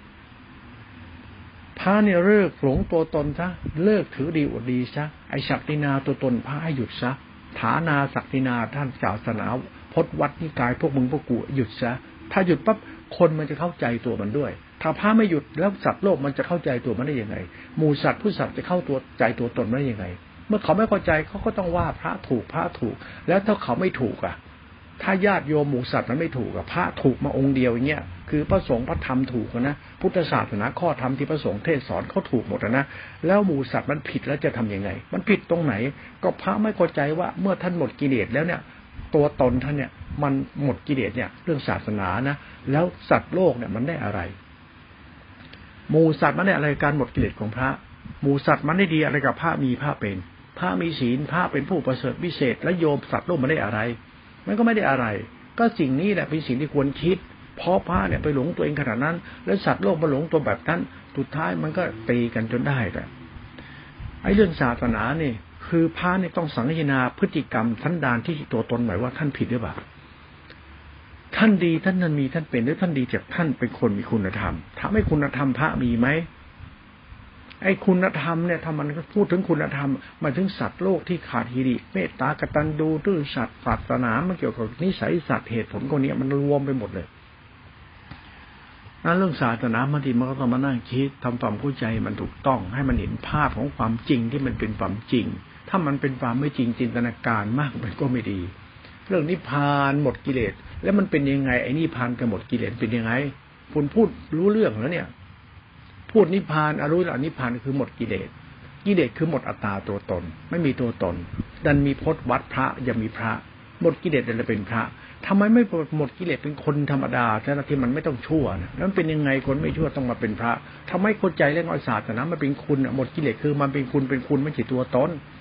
พระเนี่ยเลิกหลงตัวตนซะเลิกถือดีอวดดีซะไอ้ศักดินาตัวตนพระให้หยุดซะฐานาศักดินาท่านศาสนาพจน์วัดนิกายพวกมึงพวกกูหยุดซะถ้าหยุดปั๊บคนมันจะเข้าใจตัวมันด้วยถ้าพระไม่หยุดแล้วสัตว์โลกมันจะเข้าใจตัวมันได้ยังไงหมู่สัตว์ผู้สัตว์จะเข้าตัวใจตัวตนได้ยังไงเมื่อเขาไม่เข้าใจเขาก็ต้องว่าพระถูกพระถูกแล้วถ้าเขาไม่ถูกอ่ะถ้าญาติโยมหมู่สัตว์มันไม่ถูกอ่ะพระถูกมาองค์เดียวอย่างเงี้ยคือพระสงฆ์พระธรรมถูกนะพุทธศาสนาข้อธรรมที่พระสงฆ์เทศสอนเขาถูกหมดนะแล้วหมู่สัตว์มันผิดแล้วจะทํำยังไงมันผิดตรงไหนก็พระไม่เข้าใจว่าเมื่อท่านหมดกิเลสแล้วเนี่ยตัวตนท่านเนี่ยมันหมดกิเลสเนี่ยเรื่องศาสนานะแล้วสัตว์โลกเนี่ยมันได้อะไรหมู่สัตว์มันได้อะไรการหมดกิเลสของพระหมู่สัตว์มันได้ดีอะไรกับพระมีพระเป็นพระมีศีลพระเป็นผู้ประเสริฐพิเศษและโยมสัตว์โลกมันได้อะไรมันก็ไม่ได้อะไรก็สิ่งนี้แหละเป็นสิ่งที่ควรคิดเพราะพระเนี่ยไปหลงตัวเองขนาดนั้นแล้วสัตว์โลกมาหลงตัวแบบนั้นสุดท้ายมันก็ตีกันจนได้แหละไอ้เรื่องศาสนาเนี่ยคือพระเนี่ยต้องสังเกตนาพฤติกรรมสันดานที่ตัวตนหมายว่าท่านผิดหรือเปล่าท่านดีท่านนั้นมีท่านเป็นหรือท่านดีจากท่านเป็นคนมีคุณธรรมถ้าไม่คุณธรรมพระมีไหมไอ้คุณธรรมเนี่ยถ้ามันพูดถึงคุณธรรมมาถึงสัตว์โลกที่ขาดหิริเมตตากตัญญูซื่อสัตย์ศาสนามันเกี่ยวกับนิสัยสัตว์เหตุผลพวกนี้มันรวมไปหมดเลยนั่นเรื่องศาสนาบางทีมันก็ต้องมานั่งคิดทำความเข้าใจมันถูกต้องให้มันเห็นภาพของความจริงที่มันเป็นความจริงถ้ามันเป็นความไม่จริงจินตนาการมากมันก็ไม่ดีเรื่องนิพพานหมดกิเลสแล้วมันเป็นยังไงไอ้นิพพานกับหมดกิเลสเป็นยังไงคุณพูดรู้เรื่องแล้วเนี่ยพูดนิพพานอรู้แล้วนิพพานคือหมดกิเลสกิเลสคือหมดอัตตาตัวตนไม่มีตัวตนดันมีพจน์วัดพระยังมีพระหมดกิเลสดันเป็นพระทำไมไม่หมดกิเลสเป็นคนธรรมดาแต่ที่มันไม่ต้องชั่วนะแล้วมันเป็นยังไงคนไม่ชั่วต้องมาเป็นพระทำไมเข้าใจเรื่องศาสนามันเป็นคุณหมดกิเลสคือมันเป็นคุณเป็นคุณไม่ใช่ตัวตน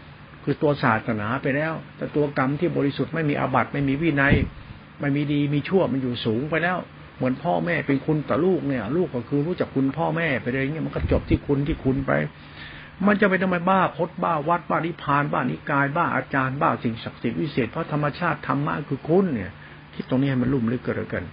คือตัวศาสนาไปแล้วแต่ตัวกรรมที่บริสุทธิ์ไม่มีอาบัติไม่มีวินัยไม่มีดีมีชั่วมันอยู่สูงไปแล้วเหมือนพ่อแม่เป็นคุณต่อลูกเนี่ยลูกก็คือรู้จักคุณพ่อแม่ไปเลยเงี้ยมันก็จบที่คุณที่คุณไปมันจะไปทำไมบ้าพจน์บ้าวัดบ้านิพพานบ้านิกายบ้าอาจารย์บ้าสิ่งศักดิ์สิทธิ์วิเศษเพราะธรรมชาติธรรมะคือคุณเนี่ยคิดตรงนี้ให้มันลุ่มลึกเกินกัน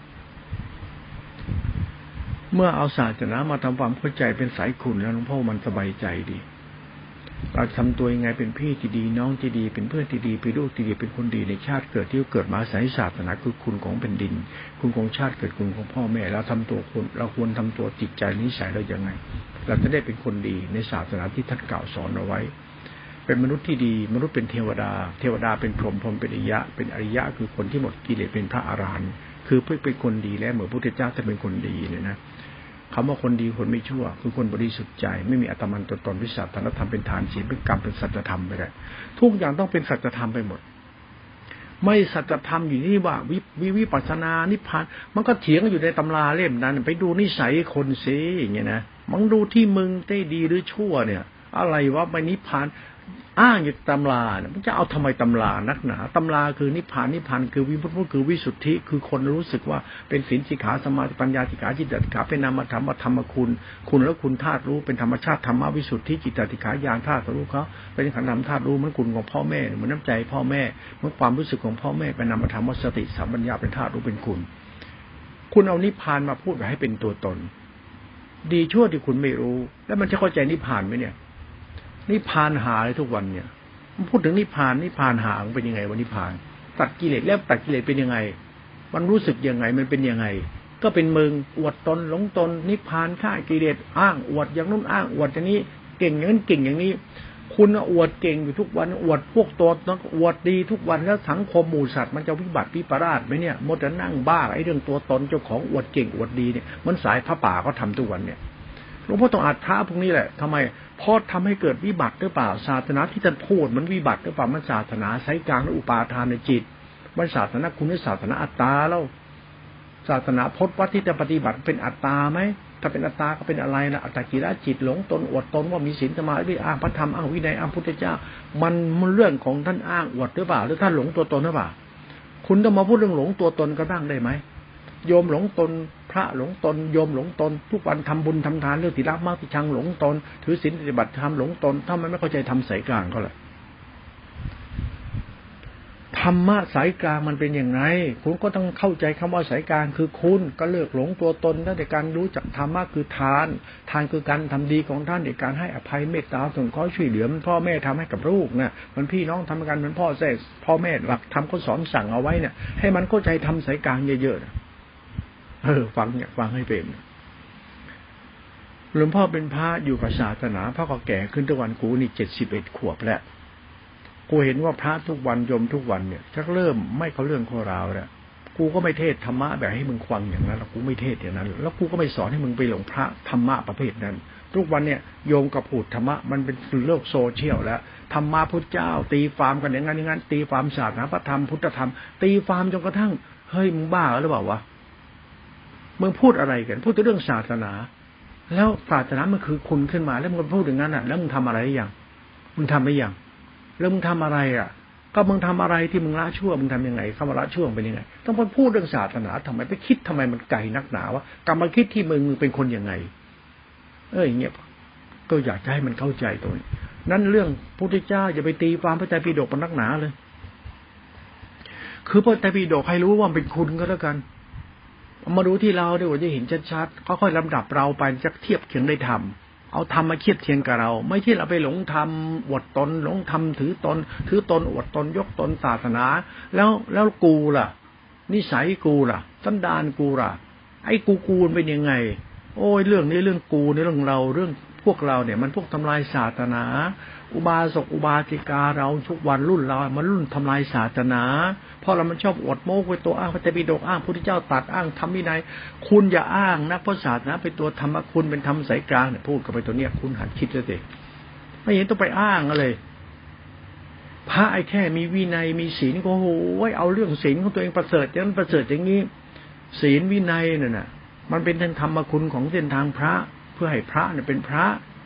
เมื่อเอาศาสนามาทำความเข้าใจเป็นสายคุณแล้วหลวงพ่อมันสบายใจดีเราทำตัวยังไงเป็นพี่ที่ดีน้องที่ดีเป็นเพื่อนที่ดีเป็นลูกที่ดีเป็นคนดีในชาติเกิดที่เกิดมาสายศาสนาคือคุณของแผ่นดินคุณของชาติเกิดคุณของพ่อแม่เราทำตัวคนเราควรทำตัวจิตใจนิสัยเราอย่างไงเราจะได้เป็นคนดีในศาสนาที่ท่านกล่าวสอนเอาไว้เป็นมนุษย์ที่ดีมนุษย์เป็นเทวดาเทวดาเป็นพรหมพรหมเป็นอริยะเป็นอริยะคือคนที่หมดกิเลสเป็นพระอรหันต์คือเพื่อเป็นคนดีแล้วเหมือนพระพุทธเจ้าจะเป็นคนดีเนี่ยนะคำว่าคนดีคนไม่ชั่วคือคนบริสุทธิ์ใจไม่มีอัตมันตัวตนวิสัชธรรมเป็นทานศีลเป็นกรรมเป็นสัจธรรมไปได้ทุกอย่างต้องเป็นสัจธรรมไปหมดไม่สัจธรรมอยู่ที่ว่าวิวิวิปัสสนานิพพานมันก็เถียงอยู่ในตำราเล่มนั้นไปดูนิสัยคนสิอย่างเงี้ยนะมึงดูที่มึงได้ดีหรือชั่วเนี่ยอะไรวะไปนิพพานอ้างอยู่ตำราเนี่ยมันจะเอาทำไมตำรานักหนาตำราคือนิพพานนิพพานคือวิมุตติคือวิสุทธิคือคนรู้สึกว่าเป็นศีลสิกขาสมาธิปัญญาสิกขาจิตติสิกขาเป็นนามธรรมธรรมคุณคุณแล้วคุณธาตุรู้เป็นธรรมชาติธรรมวิสุทธิจิตติสิกขาญาณธาตุรู้เขาเป็นขันธ์ธรรมธาตุรู้มันคุณของพ่อแม่เหมือนน้ำใจพ่อแม่เหมือนความรู้สึกของพ่อแม่เป็นนามธรรมสติสัมปชัญญะเป็นธาตุรู้เป็นคุณคุณเอานิพพานมาพูดให้เป็นตัวตนดีชั่วที่คุณไม่รู้แล้วมันจะเข้าใจนิพพานไหมเนี่ยนิพพานหาเลยทุกวันเนี่ยมันพูดถึงนิพพานนิพพานหาเป็นยังไงวันนิพพานตัดกิเลสแล้วตัดกิเลสเป็นยังไงมันรู้สึกยังไงมันเป็นยังไงก็เป็นมึงอวดตนหลงตนนิพพานฆ่ากิเลสอ้างอวดอย่างนู้นอ้างอวดอย่างนี้เก่งอย่างนั้นเก่งอย่างนี้คุณอวดเก่งอยู่ทุกวันอวดพวกตัวต้องอวดดีทุกวันแล้วสังคมหมู่สัตว์มันจะวิบัติวิปราชไหมเนี่ยหมดแต่นั่งบ้าไอ้เรื่องตัวตนเจ้าของอวดเก่งอวดดีเนี่ยมันสายพระป่าเขาทำทุกวันเนี่ยหลวงพ่อต้องอัดพระพวกนี้แหละทำไมเพราะทำให้เกิดวิบัติหรือเปล่าศาสนาที่ท่านพูดมันวิบัติหรือเปล่ามันศาสนาไสกลางและอุปาทานในจิตมันศาสนาคุณหรือศาสนาอัตตาแล้วศาสนาพจน์วัดที่จะปฏิบัติเป็นอัตตาไหมถ้าเป็นอัตตาก็เป็นอะไรนะอัตตกิลจิตหลงตนอวดตนว่ามีศีลสมาธิอ้างพระธรรมอ้างวินัยอ้างพุทธเจ้ามันมันเรื่องของท่านอ้างอวดหรือเปล่าหรือท่านหลงตัวตนหรือเปล่าคุณต้องมาพูดเรื่องหลงตัวตนก็บ้างได้ไหมโยมหลงตนพระหลงตนโยมหลงตนทุกวันทำบุญทำทานเรื่องที่รักมากที่ชังหลงตนถือศีลปฏิบัติธรรมหลงตนถ้ามันไม่เข้าใจทำสายกลางก็แหละธรรมะสายกลางมันเป็นอย่างไรคุณก็ต้องเข้าใจคำว่าสายกลางคือคุณก็เลิกหลงตัวตนได้ในการรู้จักธรรมะคือทานทานคือการทำดีของท่านในการให้อภัยเมตตาสงเคราะห์ช่วยเหลือมันพ่อแม่ทำให้กับลูกนะมันพี่น้องทำกันเหมือนพ่อแม่พ่อแม่หลักธรรมเขาสอนสั่งเอาไว้เนี่ยให้มันเข้าใจทำสายกลางเยอะๆเออฟังเนี่ยฟังให้เป็นหลวงพ่อเป็นพระอยู่กับศาสนาพระก็แก่ขึ้นทุกวันกูนี่เจ็ดสิบเอ็ดขวบแล้วกูเห็นว่าพระทุกวันโยมทุกวันเนี่ยชักเริ่มไม่เขาเรื่องข้อราวแล้วกูก็ไม่เทศธรรมะแบบให้มึงฟังอย่างนั้นแล้วกูไม่เทศอย่างนั้นแล้วกูก็ไม่สอนให้มึงไปหลงพระธรรมะประเภทนั้นทุกวันเนี่ยโยมกับพูดธรรมะมันเป็นโลกโซเชียลแล้วธรรมะพุทธเจ้าตีฟาร์มกันอย่างนั้นอย่างนั้นตีฟาร์มศาสนาพระธรรมพุทธธรรมตีฟาร์มจนกระทั่งเฮ้ยมึงบ้าหรือเปล่าวะมึงพูดอะไรกันพูดถึงเรื่องศาสนาแล้วศาสนามันคือคุณขึ้นมาแล้วมึงพูดอย่างนั้นอ่ะแล้วมึงทำอะไรอย่างมึงทำไม่อย่างแล้วมึงทำอะไรอ่ะก็มึงทำอะไรที่มึงละชั่วมึงทำยังไงคำว่าละชั่วเป็นยังไงต้องไปพูดเรื่องศาสนาทำไมไปคิดทำไมมันไกลนักหนาวะกรรมคิดที่มึงมึงเป็นคนยังไงเอออย่างเงี้ยก็อยากจะให้มันเข้าใจตรงนี้นั้นเรื่องพุทธเจ้าอย่าไปตีความพระไตรปิฎกมันนักหนาเลยคือพระไตรปิฎกให้รู้ว่าเป็นคุณก็แล้วกันมาดูที่เราด้วยว่าจะเห็นชัดๆค่อยๆลำดับเราไปจะเทียบเคียงได้ทำเอาทำมาเทียบเคียงกับเราไม่ใช่เราไปหลงทำอวดตนหลงทำถือตนถือตนอวดตนยกตนศาสนาแล้วแล้วกูล่ะนิสัยกูล่ะสันดานกูล่ะไอ้กูกูเป็นยังไงโอ้ยเรื่องนี้เรื่องกูในเรื่องเราเรื่องพวกเราเนี่ยมันพวกทำลายศาสนาอุบาสกอุบาสิกาเราทุกวันรุ่นเรามันรุ่นทำลายศาสนาเพราะเรามันชอบอวดโม้ไปตัวอ้างพระไตรปิฎกอ้างพระพุทธเจ้าตรัสอ้างธรรมวินัยคุณอย่าอ้างนะเพราะศาสนาเป็นตัวธรรมคุณเป็นธรรมสายกลางเนี่ยพูดกับไปตัวเนี้ยคุณหัดคิดซะสิไม่เห็นต้องไปอ้างอะไรพระไอ้แค่มีวินัยมีศีลก็โหยเอาเรื่องศีลของตัวเองประเสริฐอย่างนั้นประเสริฐอย่างนี้ศีลวินัยนั่นน่ะมันเป็นทางธรรมคุณของเส้นทางพระเพื่อให้พระเนี่ยเป็นพระ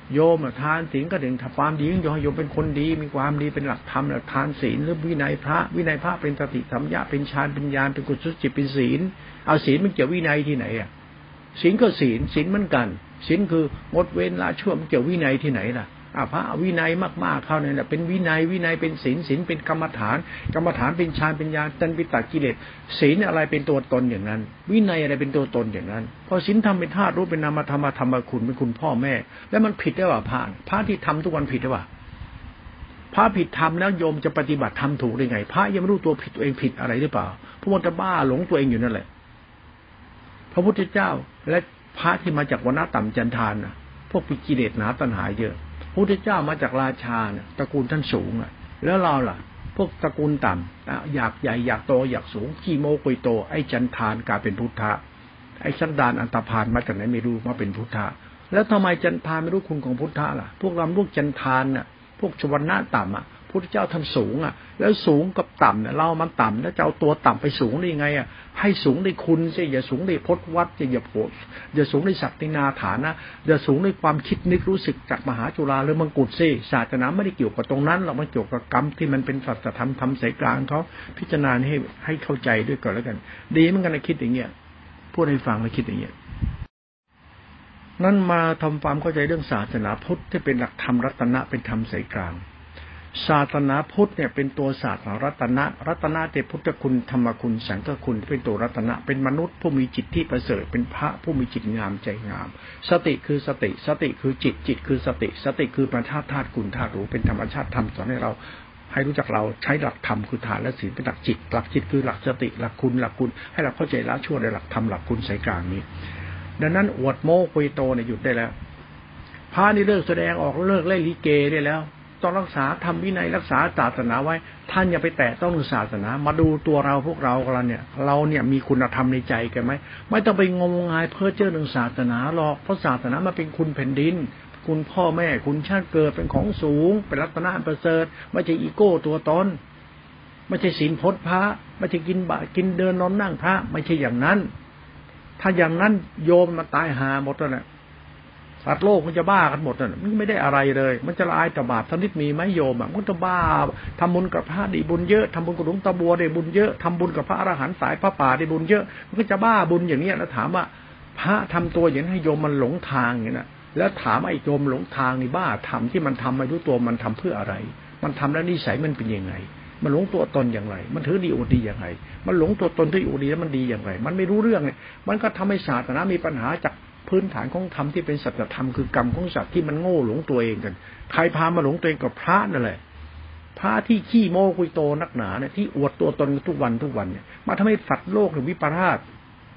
โยมทานศีลก็ถึงความดีโยมโยมเป็นคนดีมีความดีเป็นหลักธรรมหลักทานศีลหรือวินัยพระวินัยพระเป็นสติสัมยาเป็นฌานเป็นญาณเป็นกุศลจิตเป็นศีลเอาศีลมันเกี่ยววินัยที่ไหนอ่ะศีลก็ศีลศีลเหมือนกันศีลคืองดเว้นละชั่วมันเกี่ยววินัยที่ไหนล่ะอ่าพระวินัยมากๆเข้าเนี่ยแหละเป็นวินัยวินัยเป็นศีลศีลเป็นกรรมฐานกรรมฐานเป็นฌานเป็นญาณจนไปตัดกิเลสศีลอะไรเป็นตัวตนอย่างนั้นวินัยอะไรเป็นตัวตนอย่างนั้นพอศีลทำเป็นธาตุรู้เป็นนามธรรมธรรมคุณเป็นคุณพ่อแม่แล้วมันผิดได้ว่าพระพระที่ทำทุกวันผิดได้ว่าพระผิดธรรมแล้วโยมจะปฏิบัติธรรมถูกได้ไงพระยังไม่รู้ตัวผิดตัวเองผิดอะไรหรือเปล่าพระมันจะบ้าหลงตัวเองอยู่นั่นแหละพระพุทธเจ้าและพระที่มาจากวรรณะต่ำจันทานน่ะพวกปีกิเลสหนาตัณหาเยอะพระพุทธเจ้ามาจากราชาเนี่ยตระกูลท่านสูงอ่ะแล้วเราล่ะพวกตระกูลต่ำอยากใหญ่อยากโตอยากสูงขี้โม้คุยโตไอ้จันทานกลายเป็นพุทธะไอ้สันดานอันตพานมาจากไหนไม่รู้มาเป็นพุทธะแล้วทำไมจันทานไม่รู้คุณของพุทธะล่ะพวกเราพวกจันทานน่ะพวกชวนะต่ำอ่ะพุทธเจ้าท่านสูงอ่ะแล้วสูงกับต่ำเนี่ยเรามันต่ำแล้วจะเอาตัวต่ำไปสูงได้ยังไงอ่ะให้สูงในคุณสิอย่าสูงในพจน์วัดอย่าโผล่อย่าสูงในศักดินาฐานะอย่าสูงในความคิดนึกรู้สึกจากมหาจุฬาหรือมังกรสิศาสนาไม่ได้เกี่ยวกับตรงนั้นหรอกมันเกี่ยวกับกรรมที่มันเป็นสัจธรรมทำสายกลางเขาพิจารณาให้ให้เข้าใจด้วยก่อนแล้วกันดีเหมือนกันนะคิดอย่างเงี้ยพูดให้ฟังแล้วคิดอย่างเงี้ยนั่นมาทำความเข้าใจเรื่องศาสนาพุทธที่เป็นหลักธรรมรัตนะเป็นธรรมสายกลางศาสนาพุทธเนี่ยเป็นตัวศาสนารัตนะรัตนะเตพุทธคุณธรรมคุณสังฆคุณเป็นตัวรัตนะเป็นมนุษย์ผู้มีจิตที่ประเสริฐเป็นพระผู้มีจิตงามใจงามสติคือสติสติคือจิตจิตคือสติสติคือธรรมชาติธาตุคุณธาตุรู้เป็นธรรมชาติธรรมสอนให้เราให้รู้จักเราใช้หลักธรรมคือฐานและศีลเป็นหลักจิตหลักจิตคือหลักสติหลักคุณหลักคุณให้เราเข้าใจละชั่วในหลักธรรมหลักคุณสายกลางนี้ดังนั้นอวดโม้คุยโตเนี่ยหยุดได้แล้วพระนี่เลิกแสดงออกเลิกเล่นลิเกได้แล้วต้องรักษาทำวินัยรักษาศาสนาไว้ท่านอย่าไปแตะต้องศาสนามาดูตัวเราพวกเรากันเนี่ยเราเนี่ยมีคุณธรรมในใจกันไหมไม่ต้องไปงมงายเพ้อเจ้อเรื่องศาสนาหรอกเพราะศาสนามันเป็นคุณแผ่นดินคุณพ่อแม่คุณชาติเกิดเป็นของสูงเป็นรัตนะประเสริฐไม่ใช่อีโก้ตัวตนไม่ใช่ศีลพจน์พระไม่ใช่กินบากินเดินนอนนั่งพระไม่ใช่อย่างนั้นถ้าอย่างนั้นโยมมันตายหาหมดแล้วนะสัตว์โลกมันจะบ้ากันหมดน่ะมันไม่ได้อะไรเลยมันจะละอายต่อบาปทำนิดมีไหมโยมอ่ะมันจะบ้าทำบุญกับพระได้บุญเยอะทำบุญกับหลวงตาบัวได้บุญเยอะทำบุญกับพระอรหันต์สายพระป่าได้บุญเยอะมันก็จะบ้าบุญอย่างนี้แล้วถามว่าพระทำตัวอย่างนี้ให้โยมมันหลงทางอย่างนี้นะแล้วถามไอ้โยมหลงทางนี่บ้าทำที่มันทำไม่รู้ตัวมันทำเพื่ออะไรมันทำแล้วนิสัยมันเป็นยังไงมันหลงตัวตนอย่างไรมันถือดีอดดีอย่างไรมันหลงตัวตนที่อดดีแล้วมันดีอย่างไรมันไม่รู้เรื่องเลยมันก็ทำให้ศาสนามีปัญหาจากพื้นฐานของธรรมที่เป็นสัจธรรมคือกรรมของสัตว์ที่มันโง่หลงตัวเองกันใครพามาหลงตัวเองกับพระนั่นแหละพระที่ขี้โม้คุยโตนักหนาเนี่ยที่อวดตัวตนทุกวันทุกวันเนี่ยมาทำให้สัตว์โลกหรือวิปลาส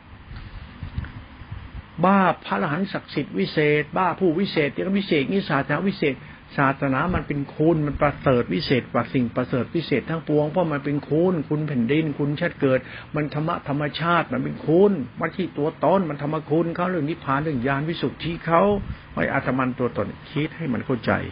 บ้าพระอรหันต์ศักดิ์สิทธิ์วิเศษบ้าผู้วิเศษที่วิเศษนี่ศาสนาวิเศษศาสนามันเป็นคุณมันประเสริฐวิเศษกว่าสิ่งประเสริฐวิเศษทั้งปวงเพราะมันเป็นคุณคุณแผ่นดินคุณชาติเกิดมันธรรมะธรรมชาติมันเป็นคุณมันที่ตัวตนมันธรรมคุณเขาเรื่องนิพพานเรื่องญาณวิสุทธิเขาไม่อาตมันตัวตนคิดให้มันเข้าใจ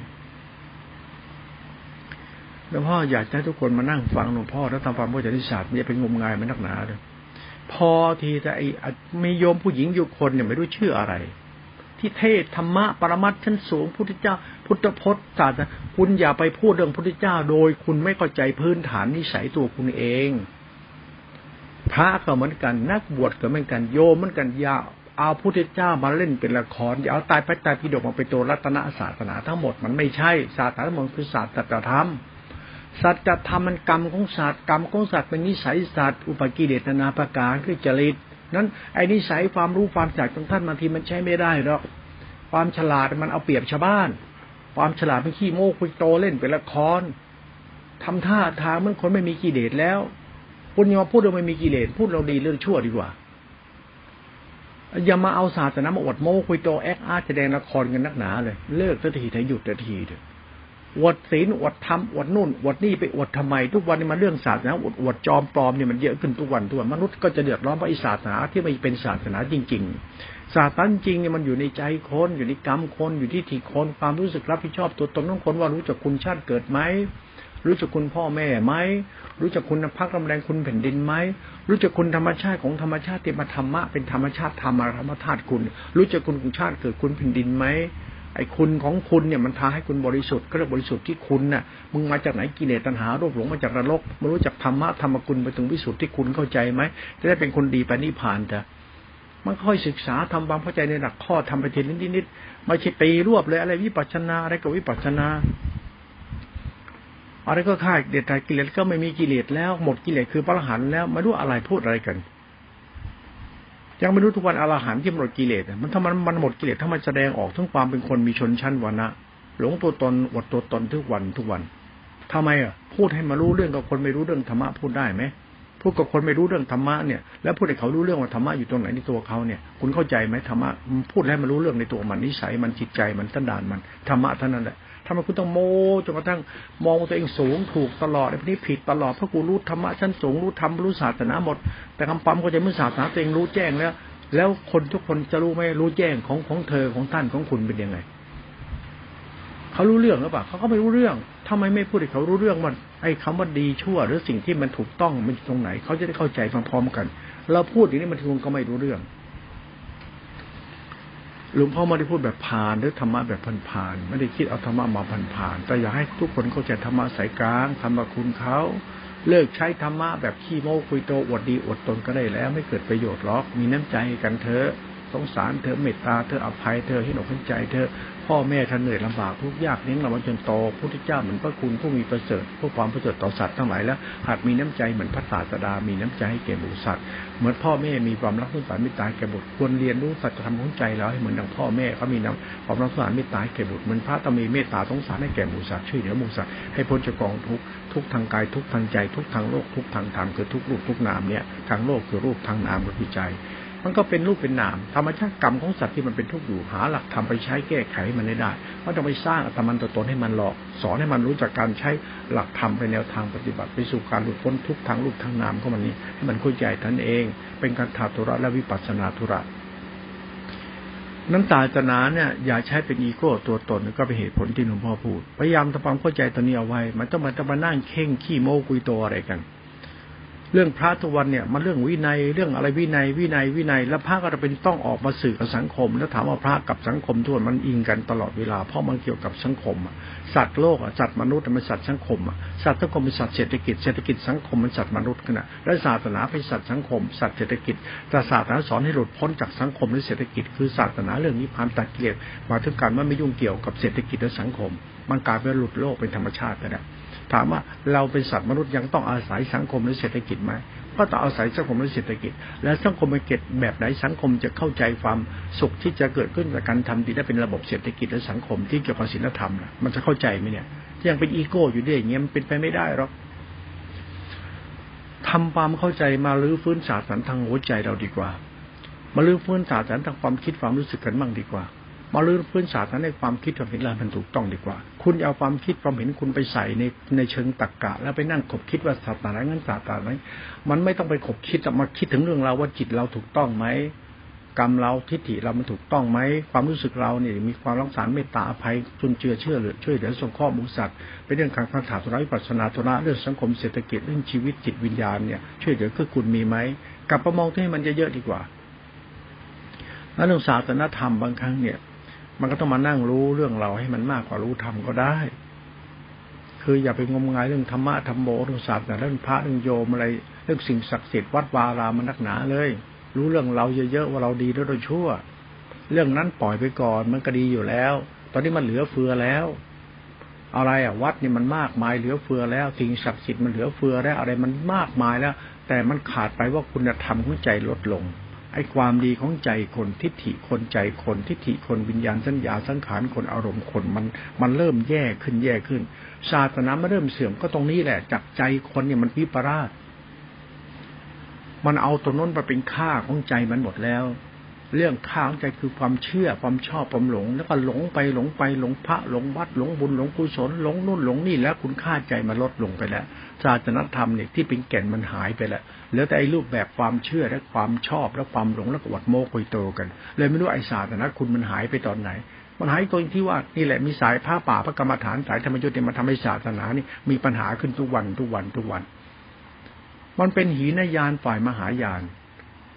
หลวงพ่ออยากให้ทุกคนมานั่งฟังหลวงพ่อแล้วทำความเข้าใจที่ศาสตร์อย่าไปงมงายมันนักหนาเลยพอทีแต่ไอ้มีโยมผู้หญิงอยู่คนเนี่ยไม่รู้ชื่ออะไรที่เทศธรรมะปรมัตถ์ชั้นสูงพุทธเจ้าพุทธพจน์ศาสนาคุณอย่าไปพูดเรื่องพุทธเจ้าโดยคุณไม่เข้าใจพื้นฐานนิสัยตัวคุณเองพระก็เหมือนกันนักบวชก็เหมือนกันโยมเหมือนกันอย่าเอาพุทธเจ้ามาเล่นเป็นละครอย่าเอาตายไปตายพิดกมาเป็นตัวรัตนศาสนาทั้งหมดมันไม่ใช่ศาสนาทั้งหมดคือศาสตรธรรมสัจธรรมมันกรรมของสัตว์กรรมของสัตว์เป็นนิสัยสัตว์อุปกิเลสนานาประการคือจริตนั้นไอ้นิสัยความรู้ความฉลาดของท่านบางทีมันใช้ไม่ได้หรอกความฉลาดมันเอาเปรียบชาวบ้านความฉลาดเป็นขี้โม้คุยโตเล่นเป็นละครทำท่าทางเหมือนคนไม่มีกิเลสแล้วคุณอย่ามาพูดเราไม่มีกิเลสพูดเราดีเรื่องชั่วดีกว่าอย่ามาเอาศาสนามาอวดโม้คุยโตแอคอาร์ตแสดงละครกันนักหนาเลยเลิกสักทีเถอะหยุดสักทีเถอะอวดศีลอวดธรรมอวดนู่นอวดนี่ไปอวดทำไมทุกวันนี้มาเรื่องศาสนาอวดอวดจอมปลอมเนี่ยมันเยอะขึ้นทุกวันทุกวันมนุษย์ก็จะเดือดร้อนเพราะไอ้ศาสนาที่ไม่เป็นศาสนาจริงๆศาสนาจริงเนี่ยมันอยู่ในใจคนอยู่ในกรรมคนอยู่ที่ที่คนความรู้สึกรับผิดชอบตัวตนของคนว่ารู้จักคุณชาติเกิดไหมรู้จักคุณพ่อแม่ไหมรู้จักคุณพรรคลำแรงคุณแผ่นดินไหมรู้จักคุณธรรมชาติของธรรมชาติที่มาธรรมะเป็นธรรมชาติธรรมธรรมธาตุคุณรู้จักคุณคุณชาติเกิดคุณแผ่นดินไหมไอ้คุณของคุณเนี่ยมันพาให้คุณบริสุทธิ์ก็เรียกบริสุทธิ์ที่คุณน่ะมึงมาจากไหนกิเลสตัณหาโลภหลงมาจากนรกไม่รู้จักธรรมะธรรมกุลไปถึงวิสุทธิ์ที่คุณเข้าใจไหมจะได้เป็นคนดีไปนิพพานเถอะมันค่อยศึกษาทำความเข้าใจในหลักข้อทำไปทีนิดนิดไม่ใช่ตีรวบเลยอะไรวิปัสสนาอะไรกับวิปัสสนาอะไรก็ฆ่าเด็ดขาดกิเลสก็ไม่มีกิเลสแล้วหมดกิเลสคือพระอรหันต์แล้วไม่รู้อะไรพูดอะไรกันยังไม่รู้ทุกวันอรหันต์ที่หมดกิเลสมันถ้ามันมันหมดกิเลสถ้ามันแสดงออกทั้งความเป็นคนมีชนชั้นวรรณะหลงตัวตนอวดตัวตนทุกวันทุกวันทำไมอ่ะพูดให้มารู้เรื่องกับคนไม่รู้เรื่องธรรมะพูดได้ไหมพูดกับคนไม่รู้เรื่องธรรมะเนี่ยแล้วพูดให้เขารู้เรื่องว่าธรรมะอยู่ตรงไหนในตัวเขาเนี่ยคุณเข้าใจไหมธรรมะพูดให้มันรู้เรื่องในตัวมันนิสัยมันจิตใจมันสันดานมันธรรมะเท่านั้นแหละทำไมคุณต้องโมจนกระทั่งมองตัวเองสูงถูกตลอดไอ้พวกนี้ผิดตลอดเพราะกูรู้ธรรมะชั้นสูงรู้ธรรมรู้ศาสนาหมดแต่คำปั๊มก็จะไม่ศาสนาตัวเองรู้แจ้งแล้วแล้วคนทุกคนจะรู้ไหมรู้แจ้งของของเธอของท่านของคุณเป็นยังไงเขารู้เรื่องหรือเปล่าเขาก็ไม่รู้เรื่องทำไมไม่พูดให้เขารู้เรื่องมันไอ้คำว่าดีชั่วหรือสิ่งที่มันถูกต้องมันอยู่ตรงไหนเขาจะได้เข้าใจพร้อมๆกันเราพูดอย่างนี้มันคุณก็ไม่รู้เรื่องหลวงพ่อไม่ได้พูดแบบผ่านหรือธรรมะแบบผ่านๆไม่ได้คิดเอาธรรมะมาผ่านๆแต่อยากให้ทุกคนเข้าใจธรรมะสายกลางธรรมะคุณเขาเลิกใช้ธรรมะแบบขี้โม้คุยโตอวดดีอวดตนก็ได้แล้วไม่เกิดประโยชน์หรอกมีน้ำใจกันเถอะสงสารเธอเมตตาเธออภัยเธอให้หนกให้ใจเธอพ่อแม่ท่านเหนื่อยลำบากทุกยากเลี้ยงเรามาจนโตพระพุทธเจ้าเหมือนพระคุณผู้มีประเสริฐผู้ความประเสริฐต่อสัตว์ทั้งหลายแล้วหากมีน้ำใจเหมือนพระศาสดามีน้ำใจให้แก่บุตรสัตว์เหมือนพ่อแม่มีความรักสงสารเมตตาแก่บุตรควรเรียนรู้สัจธรรมของใจเราให้เหมือนดังพ่อแม่เขามีน้ำความรักสงสารเมตตาแก่บุตรเหมือนพระต้องมีเมตตาสงสารให้แก่บุตรสัตว์ช่วยเหลือบุตรสัตว์ให้พ้นจากกองทุกข์ทุกทางกายทุกทางใจทุกทางโลกทุกทางธรรมคือทุกรูปทุกนามเนี่ยทางโลกคือรูปทางนามคือใจมันก็เป็นรูปเป็นนามธรรมชาติกรรมของสัตว์ที่มันเป็นทุกข์อยู่หาหลักธรรมไปใช้แก้ไขมันได้ได้ไม่ต้องไปสร้างอัตมันตัวตนให้มันหลอกสอนให้มันรู้จักการใช้หลักธรรมเป็นแนวทางปฏิบัติไปสู่การหลุดพ้นทุกทางรูปทางนามของมันนี้ให้มันเข้าใจท่านเองเป็นการถาธุระและวิปัสสนาธุระน้ำตาจนาเนี่ยอย่าใช้เป็นอีโก้ตัวตนก็เป็นเหตุผลที่หลวงพ่อพูดพยายามทำความเข้าใจตัวนี้เอาไว้มันต้องมาต้องมานั่งเข่งขี้โม้คุยโตอะไรกันเรื่องพระทุกวันเนี่ยมันเรื่องวินัยเรื่องอะไรวินัยวินัยวินัยแล้วพระก็จะเป็นต้องออกมาสื่อกับสังคมแล้วถามว่าพระกับสังคมทุกวันมันอิงกันตลอดเวลาเพราะมันเกี่ยวกับสังคมสัตว์โลกสัตว์มนุษย์มันสัตว์สังคมสัตว์สังคมเป็นสัตว์เศรษฐกิจเศรษฐกิจสังคมมันสัตว์มนุษย์ขณะและศาสนาเป็นสัตว์สังคมสัตว์เศรษฐกิจแต่ศาสนาสอนให้หลุดพ้นจากสังคมและเศรษฐกิจคือศาสนาเรื่องนิพพานตัดกิเลสมาถึงการว่าไม่ยุ่งเกี่ยวกับเศรษฐกิจและสังคมมันกลายเป็นหลุดโลกเป็นธรรมชาติไปแล้วถามว่าเราเป็นสัตว์มนุษย์ยังต้องอาศัยสังคมและเศรษฐกิจไหมก็ต้องอาศัยสังคมและเศรษฐกิจและสังคมเป็นเกิดแบบไหนสังคมจะเข้าใจความสุขที่จะเกิดขึ้นจากการทำดีได้เป็นระบบเศรษฐกิจและสังคมที่เกี่ยวกับศีลธรรมนะมันจะเข้าใจไหมเนี่ยยังเป็นอีโก้อยู่ด้วยอย่างเงี้ยมันเป็นไปไม่ได้หรอกทำความเข้าใจมาลื้อฟื้นศาสนาทางหัวใจเราดีกว่ามาลื้อฟื้นศาสนาทางความคิดความรู้สึกกันบ้างดีกว่ามาลื้อฟื้นศาสนาในความคิดความเห็นเรามันถูกต้องดีกว่าคุณเอาความคิดความเห็นคุณไปใส่ในในเชิงตรรกะแล้วไปนั่งขบคิดว่าศาสนางั้นศาสนาไหมมันไม่ต้องไปขบคิดมาคิดถึงเรื่องเราว่าจิตเราถูกต้องไหมกรรมเราทิฏฐิเรามันถูกต้องไหมความรู้สึกเราเนี่ยมีความรักษาเมตตาอภัยจุนเจือเชื่อเหลือช่วยเหลือสงเคราะห์หมู่สัตว์เป็นเรื่องการพัฒนาธุระวิปัสสนาธุระเรื่องสังคมเศรษฐกิจเรื่องชีวิตจิตวิญญาณเนี่ยช่วยเหลือคือคุณมีไหมกลับมามองที่ให้มันเยอะๆดีกว่าแล้วเรื่องศาสนธรรมบางครั้งเนี่ยมันก็ต้องมานั่งรู้เรื่องเราให้มันมากกว่ารู้ธรรมก็ได้คืออย่าไปงมงายเรื่องธรรมะธรรมโมเรื่องศาสนาเรื่องพระเรื่องโยมอะไรเรื่องสิ่งศักดิ์สิทธิ์วัดวารามันนักหนาเลยรู้เรื่องเราเยอะๆว่าเราดีแล้วเราชั่วเรื่องนั้นปล่อยไปก่อนมันก็ดีอยู่แล้วตอนนี้มันเหลือเฟือแล้วอะไรอ่ะวัดนี่มันมากมายเหลือเฟือแล้วสิ่งศักดิ์สิทธิ์มันเหลือเฟือแล้วอะไรมันมากมายแล้วแต่มันขาดไปว่าคุณธรรมของใจลดลงไอ้ความดีของใจคนทิฏฐิคนใจคนทิฏฐิคนวิญญาณสัญญาสังขารคนอารมณ์คนมันมันเริ่มแย่ขึ้นแย่ขึ้นศาสนามันเริ่มเสื่อมก็ตรงนี้แหละจากใจคนเนี่ยมันวิปลาสมันเอาตัวน้นมาเป็นค่าของใจมันหมดแล้วเรื่องค่าของใจคือความเชื่อความชอบความหลงแล้วก็หลงไปหลงไปหลงพระหลงวัดหลงบุญหลงกุศลหลงนู่นหลงนี่แล้วคุณค่าใจมันลดลงไปแล้วศาสนธรรมเนี่ยที่เป็นแก่นมันหายไปแล้วเหลือแต่ไอ้รูปแบบความเชื่อและความชอบและความหลงแล้วก็วัดโมกุยโตกันเลยไม่รู้ไอ้ศาสนาคุณมันหายไปตอนไหนมันหายตรงที่ว่านี่แหละมีสายผ้าป่าพระกรรมฐานสายธรรมยุทธ์เนี่ยมาทำให้ศาสนานี่มีปัญหาขึ้นทุกวันทุกวันทุกวันมันเป็นหีนยานฝ่ายมหายาน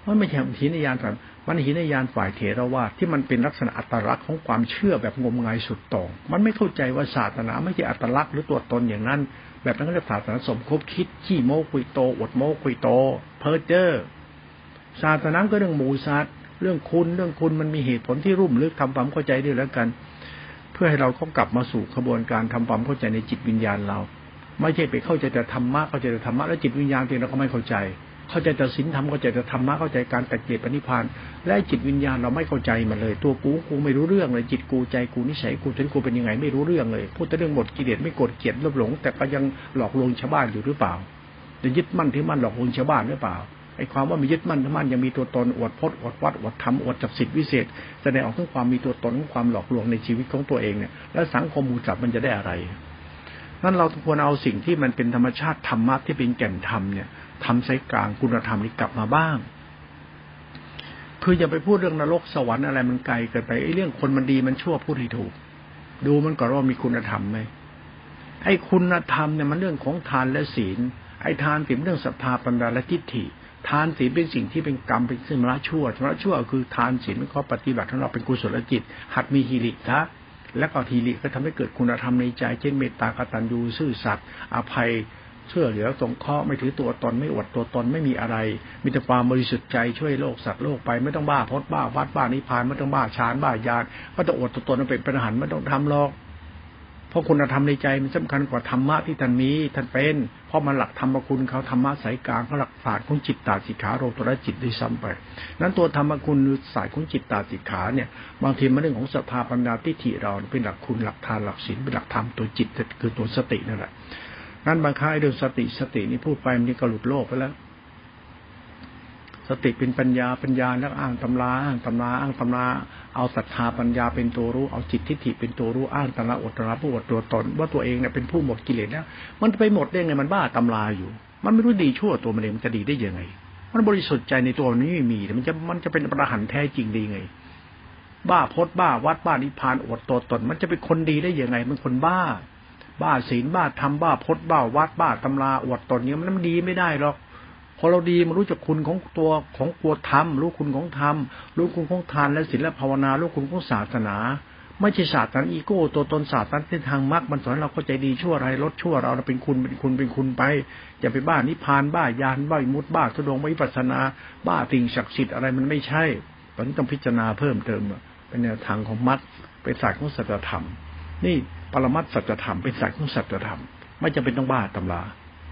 มันไม่ใช่หินยานแบบมันหินยานฝ่ายเถรวาทที่มันเป็นลักษณะอัตลักษณ์ของความเชื่อแบบงมงายสุดโต่งมันไม่เข้าใจว่าศาสนาไม่ใช่อัตลักษณ์หรือตัวตนอย่างนั้นแบบนั้นก็เรียกศาสนาสมคบคิดขี้โม้คุยโตอดโม้คุยโตเพ้อเจ้อศาสนาก็เรื่องหมูสัตว์เรื่องคุณเรื่องคุณมันมีเหตุผลที่รุ่มลึกทำความเข้าใจด้วยแล้วกันเพื่อให้เราเขากลับมาสู่กระบวนการทำความเข้าใจในจิตวิญญาณเราไม่ใช่ไปเข้าใจแต่ธรรมะเข้าใจแต่ธรรมะแล้วจิตวิญญาณตัวเราก็ไม่เข้าใจเข้าใจแต่ศีลธรรมเข้าใจแต่ธรรมะเข้าใจการตัดเกียรติปณิพานและจิตวิญญาณเราไม่เข้าใจมันเลยตัวกูกูไม่รู้เรื่องเลยจิตกูใจกูนิสัยกูฉันกูเป็นยังไงไม่รู้เรื่องเลยพูดแต่เรื่องหมดกิเลสไม่โกรธเกลียดลบหลงแต่ก็ยังหลอกลวงชาวบ้านอยู่หรือเปล่าจะยึดมั่นถือมั่นหลอกลวงชาวบ้านหรือเปล่าไอ้ความว่ามียึดมั่นถือมั่นยังมีตัวตนอวดพจน์อวดวัดอวดธรรมอวดจับสิทธิวิเศษแสดงออกถึงความมีตัวตนของความหลอกลวงในชีวิตของตัวเองเนี่ยแล้วสังคมหมู่สัตว์มันจะได้อะไรนั่นเราควรเอาสิ่งที่มันเป็นธรรมชาติธรรมะที่เป็นแก่นธรรมเนี่ยทำใช้กลางคุณธรรมนี้กลับมาบ้างคืออย่าไปพูดเรื่องนรกสวรรค์อะไรมันไกลเกินไปไอ้เรื่องคนมันดีมันชั่วพูดให้ถูกดูมันก่อนว่ามีคุณธรรมไหมไอ้คุณธรรมเนี่ยมันเรื่องของทานและศีลไอ้ทานเป็นเรื่องศรัทธาปัญญาและทิฏฐิทานศีลเป็นสิ่งที่เป็นกรรมเป็นสิ่งละชั่วละชั่วคือทานศีลข้อปฏิบัติของเราเป็นกุศลจิตหัดมีหิรินะและก็ทีริก็ทำให้เกิดคุณธรรมในใจเช่นเมตตากตัญญูซื่อสัตย์อภัยช่วยเหลือสงเคราะห์ไม่ถือตัวตนไม่อวดตัวตนไม่มีอะไรมีแต่ความบริสุทธิ์ใจช่วยโลกสัตว์โลกไปไม่ต้องบ้าพดบ้าวัดบ้านิพพานไม่ต้องบ้าฌานบ้ายานก็ต้องอวดตัวตนเป็นพระอรหันต์ไม่ต้องทำหรอกเพราะคุณธรรมในใจมันสำคัญกว่าธรรมะที่ท่านมีท่านเป็นเพราะมันหลักธรรมคุณเขาธรรมะสายกลางเขาหลักศาสตร์ของจิตตาสิกขาโรตระจิตด้วยซ้ำไปนั้นตัวธรรมคุณหรือสายของจิตตาสิกขาเนี่ยบางทีมันเรื่องของศรัทธาปัญญาทิฏฐิเราเป็นหลักคุณหลักทานหลักศีลเป็นหลักธรรมตัวจิตคือตัวสตินั่นแหละนั้นบางครั้งเรื่องสติสตินี่พูดไปมันก็หลุดโลกไปแล้วสติเป็นปัญญาปัญญาแล้วอ้างตำราอ้างตำราอ้างตำราเอาศรัทธาปัญญาเป็นตัวรู้เอาจิตทิฏฐิเป็นตัวรู้อ้างตำราอดตำราผู้อดตัวตนว่าตัวเองเนี่ยเป็นผู้หมดกิเลสแล้วมันไปหมดได้ไงมันบ้าตำราอยู่มันไม่รู้ดีชั่วตัวมันเองมันจะดีได้ยังไงมันบริสุทธิ์ใจในตัวนี้ไม่มีมันจะมันจะเป็นพระอรหันต์แท้จริงดีไงบ้าพจน์บ้าวัดบ้านิพพานอดตัวตนมันจะเป็นคนดีได้ยังไงมันคนบ้าบ้าศีลบ้าธรรมบ้าพจน์บ้าวัดบ้าตำราอวดตนเนี่ยมันดีไม่ได้หรอกพอเราดีมันรู้จักคุณของตัวของตัวธรรมรู้คุณของธรรมรู้คุณของทานและศีลและภาวนารู้คุณของศาสนาไม่ใช่ศาสตร์อีโก้ตัวตนศาสตร์เส้นทางมรรคมันสอนเราเข้าใจดีชั่วอะไรลดชั่วเราเราเป็นคุณเป็นคุณเป็นคุณไปอย่าไปบ้านิพพานบ้ายานบ้ามุตบ้าทุดงวิปัสสนาบ้าสิ่งศักดิ์สิทธิ์อะไรมันไม่ใช่ตอนนี้ต้องพิจารณาเพิ่มเติมเป็นแนวทางของมรรคเป็นศาสตร์ของสัจธรรมนี่ปรมัตถสัจธรรมเป็นศาสตร์ของสัจธรรมไม่จำเป็นต้องบ้าตำรา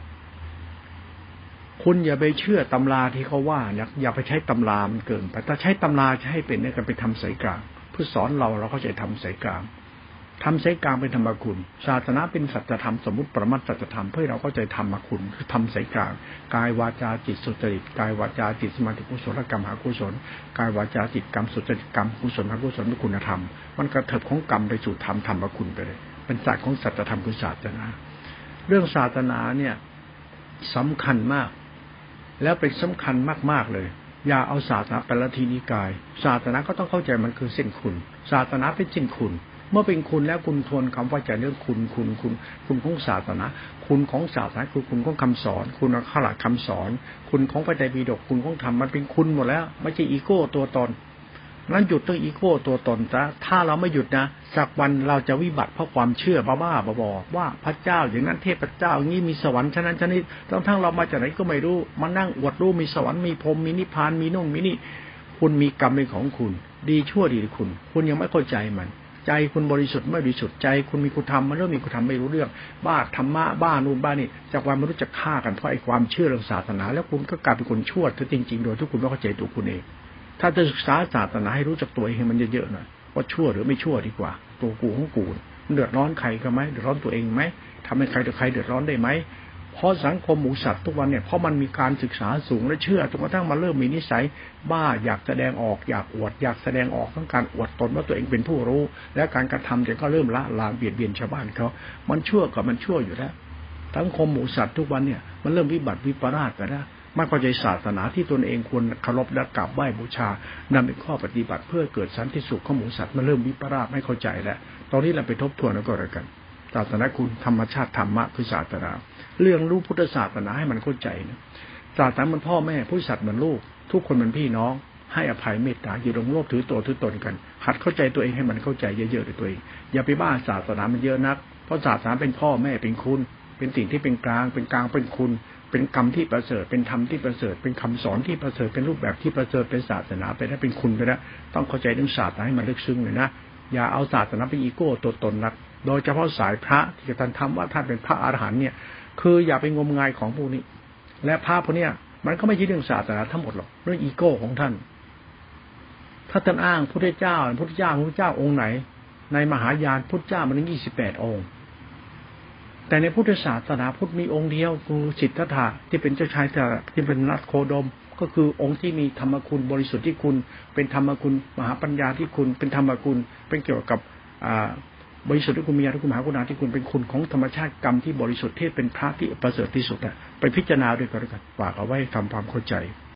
คุณอย่าไปเชื่อตำราที่เขาว่าอย่าอย่าไปใช้ตำรามันเกินไปถ้าใช้ตำราจะให้เป็นเนี่ยก็ไปทำสายกลางเพื่อสอนเราเราเข้าใจทำสายกลางทำสายกลางเป็นธรรมคุณศาสนาเป็นสัจธรรมสมมุติปรมัตถสัจธรรมเพื่อเราเข้าใจธรรมคุณคือทำสายกลางกายวาจาจิตสุจริตกายวาจาจิตสมาธิกุศลกรรมหากุศลกายวาจาจิตกรรมสุจริตกรรมกุศลหากุศลเป็นคุณธรรมมันกระเถิบของกรรมไปสู่ธรรมธรรมคุณไปเลยเป็นศาสตร์ของสัจธรรมคือศาสนาเรื่องศาสนาเนี่ยสำคัญมากแล้วเป็นสำคัญมากๆเลยอย่าเอาศาสนาเป็นลัทธินิกายศาสนาก็ต้องเข้าใจมันคือเส้นคุณศาสนาเป็นเส้นคุณเมื่อเป็นคุณแล้วคุณทวนคำว่าจะเรื่องคุณคุณคุณคุณของศาสนาคุณของศาสนาคือคุณของคำสอนคุณของข้าหลักคำสอนคุณของพระไตรปิฎกคุณของธรรมมันเป็นคุณหมดแล้วไม่ใช่อีโก้ตัวตนนั้นหยุดต้องอีโก้ตัวตนซะถ้าเราไม่หยุดนะสักวันเราจะวิบัติเพราะความเชื่อบ้าๆบอๆว่าพระเจ้าอย่างนั้นเทพเจ้าอย่างนี้มีสวรรค์ฉะนั้นฉะนี้ทั้งๆเรามาจากไหนก็ไม่รู้มานั่งอวดรู้มีสวรรค์มีพรหมมีนิพพานมีนู่นมีนี่คุณมีกรรมเป็นของคุณดีชั่วดีคุณคุณยังไม่เข้าใจมันใจคุณบริสุทธิ์ไม่บริสุทธิ์ใจคุณมีคุณธรรมมันเริ่มมีคุณธรรมไม่รู้เรื่องบ้าธรรมะบ้านู่นบ้านี่จากวันไม่รู้จักฆ่ากันเพราะไอ้ความเชื่อเรื่องศาสนาแล้วคุณก็กลายเป็นคนชั่วถ้าจริงๆโดยที่คุณไม่เข้าใจตัวคุณเองถ้าจะศึกษาศาสนาให้รู้จักตัวเองให้มันเยอะๆหน่อยว่าชั่วหรือไม่ชั่วดีกว่าตัวกูของกูเดือดร้อนใครก็ไหมเดือดร้อนตัวเองไหมทำให้ใครต่อใครเดือดร้อนได้ไหมเพราะสังคมหมูสัตว์ทุกวันเนี่ยเพราะมันมีการศึกษาสูงและเชื่อจนกระทั่งมาเริ่มมีนิสัยบ้าอยากแสดงออกอยากอวดอยากแสดงออกต้องการอวดตนว่าตัวเองเป็นผู้รู้และการกระทำเนี่ยก็เริ่มละลานเบียดเบียนชาวบ้านเขามันชั่วกับมันชั่วอยู่แล้วสังคมหมูสัตว์ทุกวันเนี่ยมันเริ่มวิบัติวิปลาสไปแล้วไม่เข้าใจศาสนาที่ตนเองควรเคารพและกราบไหว้บูชานำเป็นข้อปฏิบัติเพื่อเกิดสันติสุขของหมูสัตว์มันเริ่มวิปลาสไม่เข้าใจแล้วตอนนี้เราไปทบทวนแล้วก็แล้วกันศาสนาคุณธรรมชาติธรรมะคือศาสนาเรื่องรู้พุทธศาสนาให้มันเข้าใจนะศาสนามันพ่อแม่พุทธศาสนาเหมือนลูกทุกคนเป็นพี่น้องให้อภัยเมตตาอย่าหลงโลภถือตัวถือตนกันหัดเข้าใจตัวเองให้มันเข้าใจเยอะๆด้วยตัวเองอย่าไปบ้าศาสนามันเยอะนักเพราะศาสนาเป็นพ่อแม่เป็นคุณเป็นสิ่งที่เป็นกลางเป็นกลางเป็นคุณเป็นกรรมที่ประเสริฐเป็นธรรมที่ประเสริฐเป็นคำสอนที่ประเสริฐเป็นรูปแบบที่ประเสริฐเป็นศาสนาไปได้เป็นคุณไปแล้วต้องเข้าใจเรื่องศาสนาให้มันลึกซึ้งเลยนะอย่าเอาศาสนาเป็นอีโก้ตัวตนนักโดยเฉพาะสายพระที่ท่านทำว่าท่านเป็นพระอรหันต์เนี่ยคืออย่าไปงมงายของพวกนี้และพระพวกเนี้ยมันก็ไม่ใช่เรื่องศาสนาทั้งหมดหรอกเรื่องอีโก้ของท่านถ้าท่านอ้างพระพุทธเจ้าพระพุทธเจ้าพระพุทธเจ้าองค์ไหนในมหายานพุทธเจ้ามันถึงยี่สิบแปดองค์แต่ในพุทธศาสนาพุทธมีองค์เดียวคือสิทธัตถะที่เป็นเจ้าชายที่เป็นนัทโคดมก็คือองค์ที่มีธรรมคุณบริสุทธิ์ที่คุณเป็นธรรมคุณมหาปัญญาที่คุณเป็นธรรมคุณเป็นเกี่ยวกับอ่าบริสุทธิ์ที่คุณมีญาณที่คุณมหากรุณาที่คุณเป็นคุณของธรรมชาติกรรมที่บริสุทธิ์ที่เป็นพระที่ประเสริฐที่สุดอ่ะไปพิจารณาด้วยกันฝากเอาไว้ทำความเข้าใจ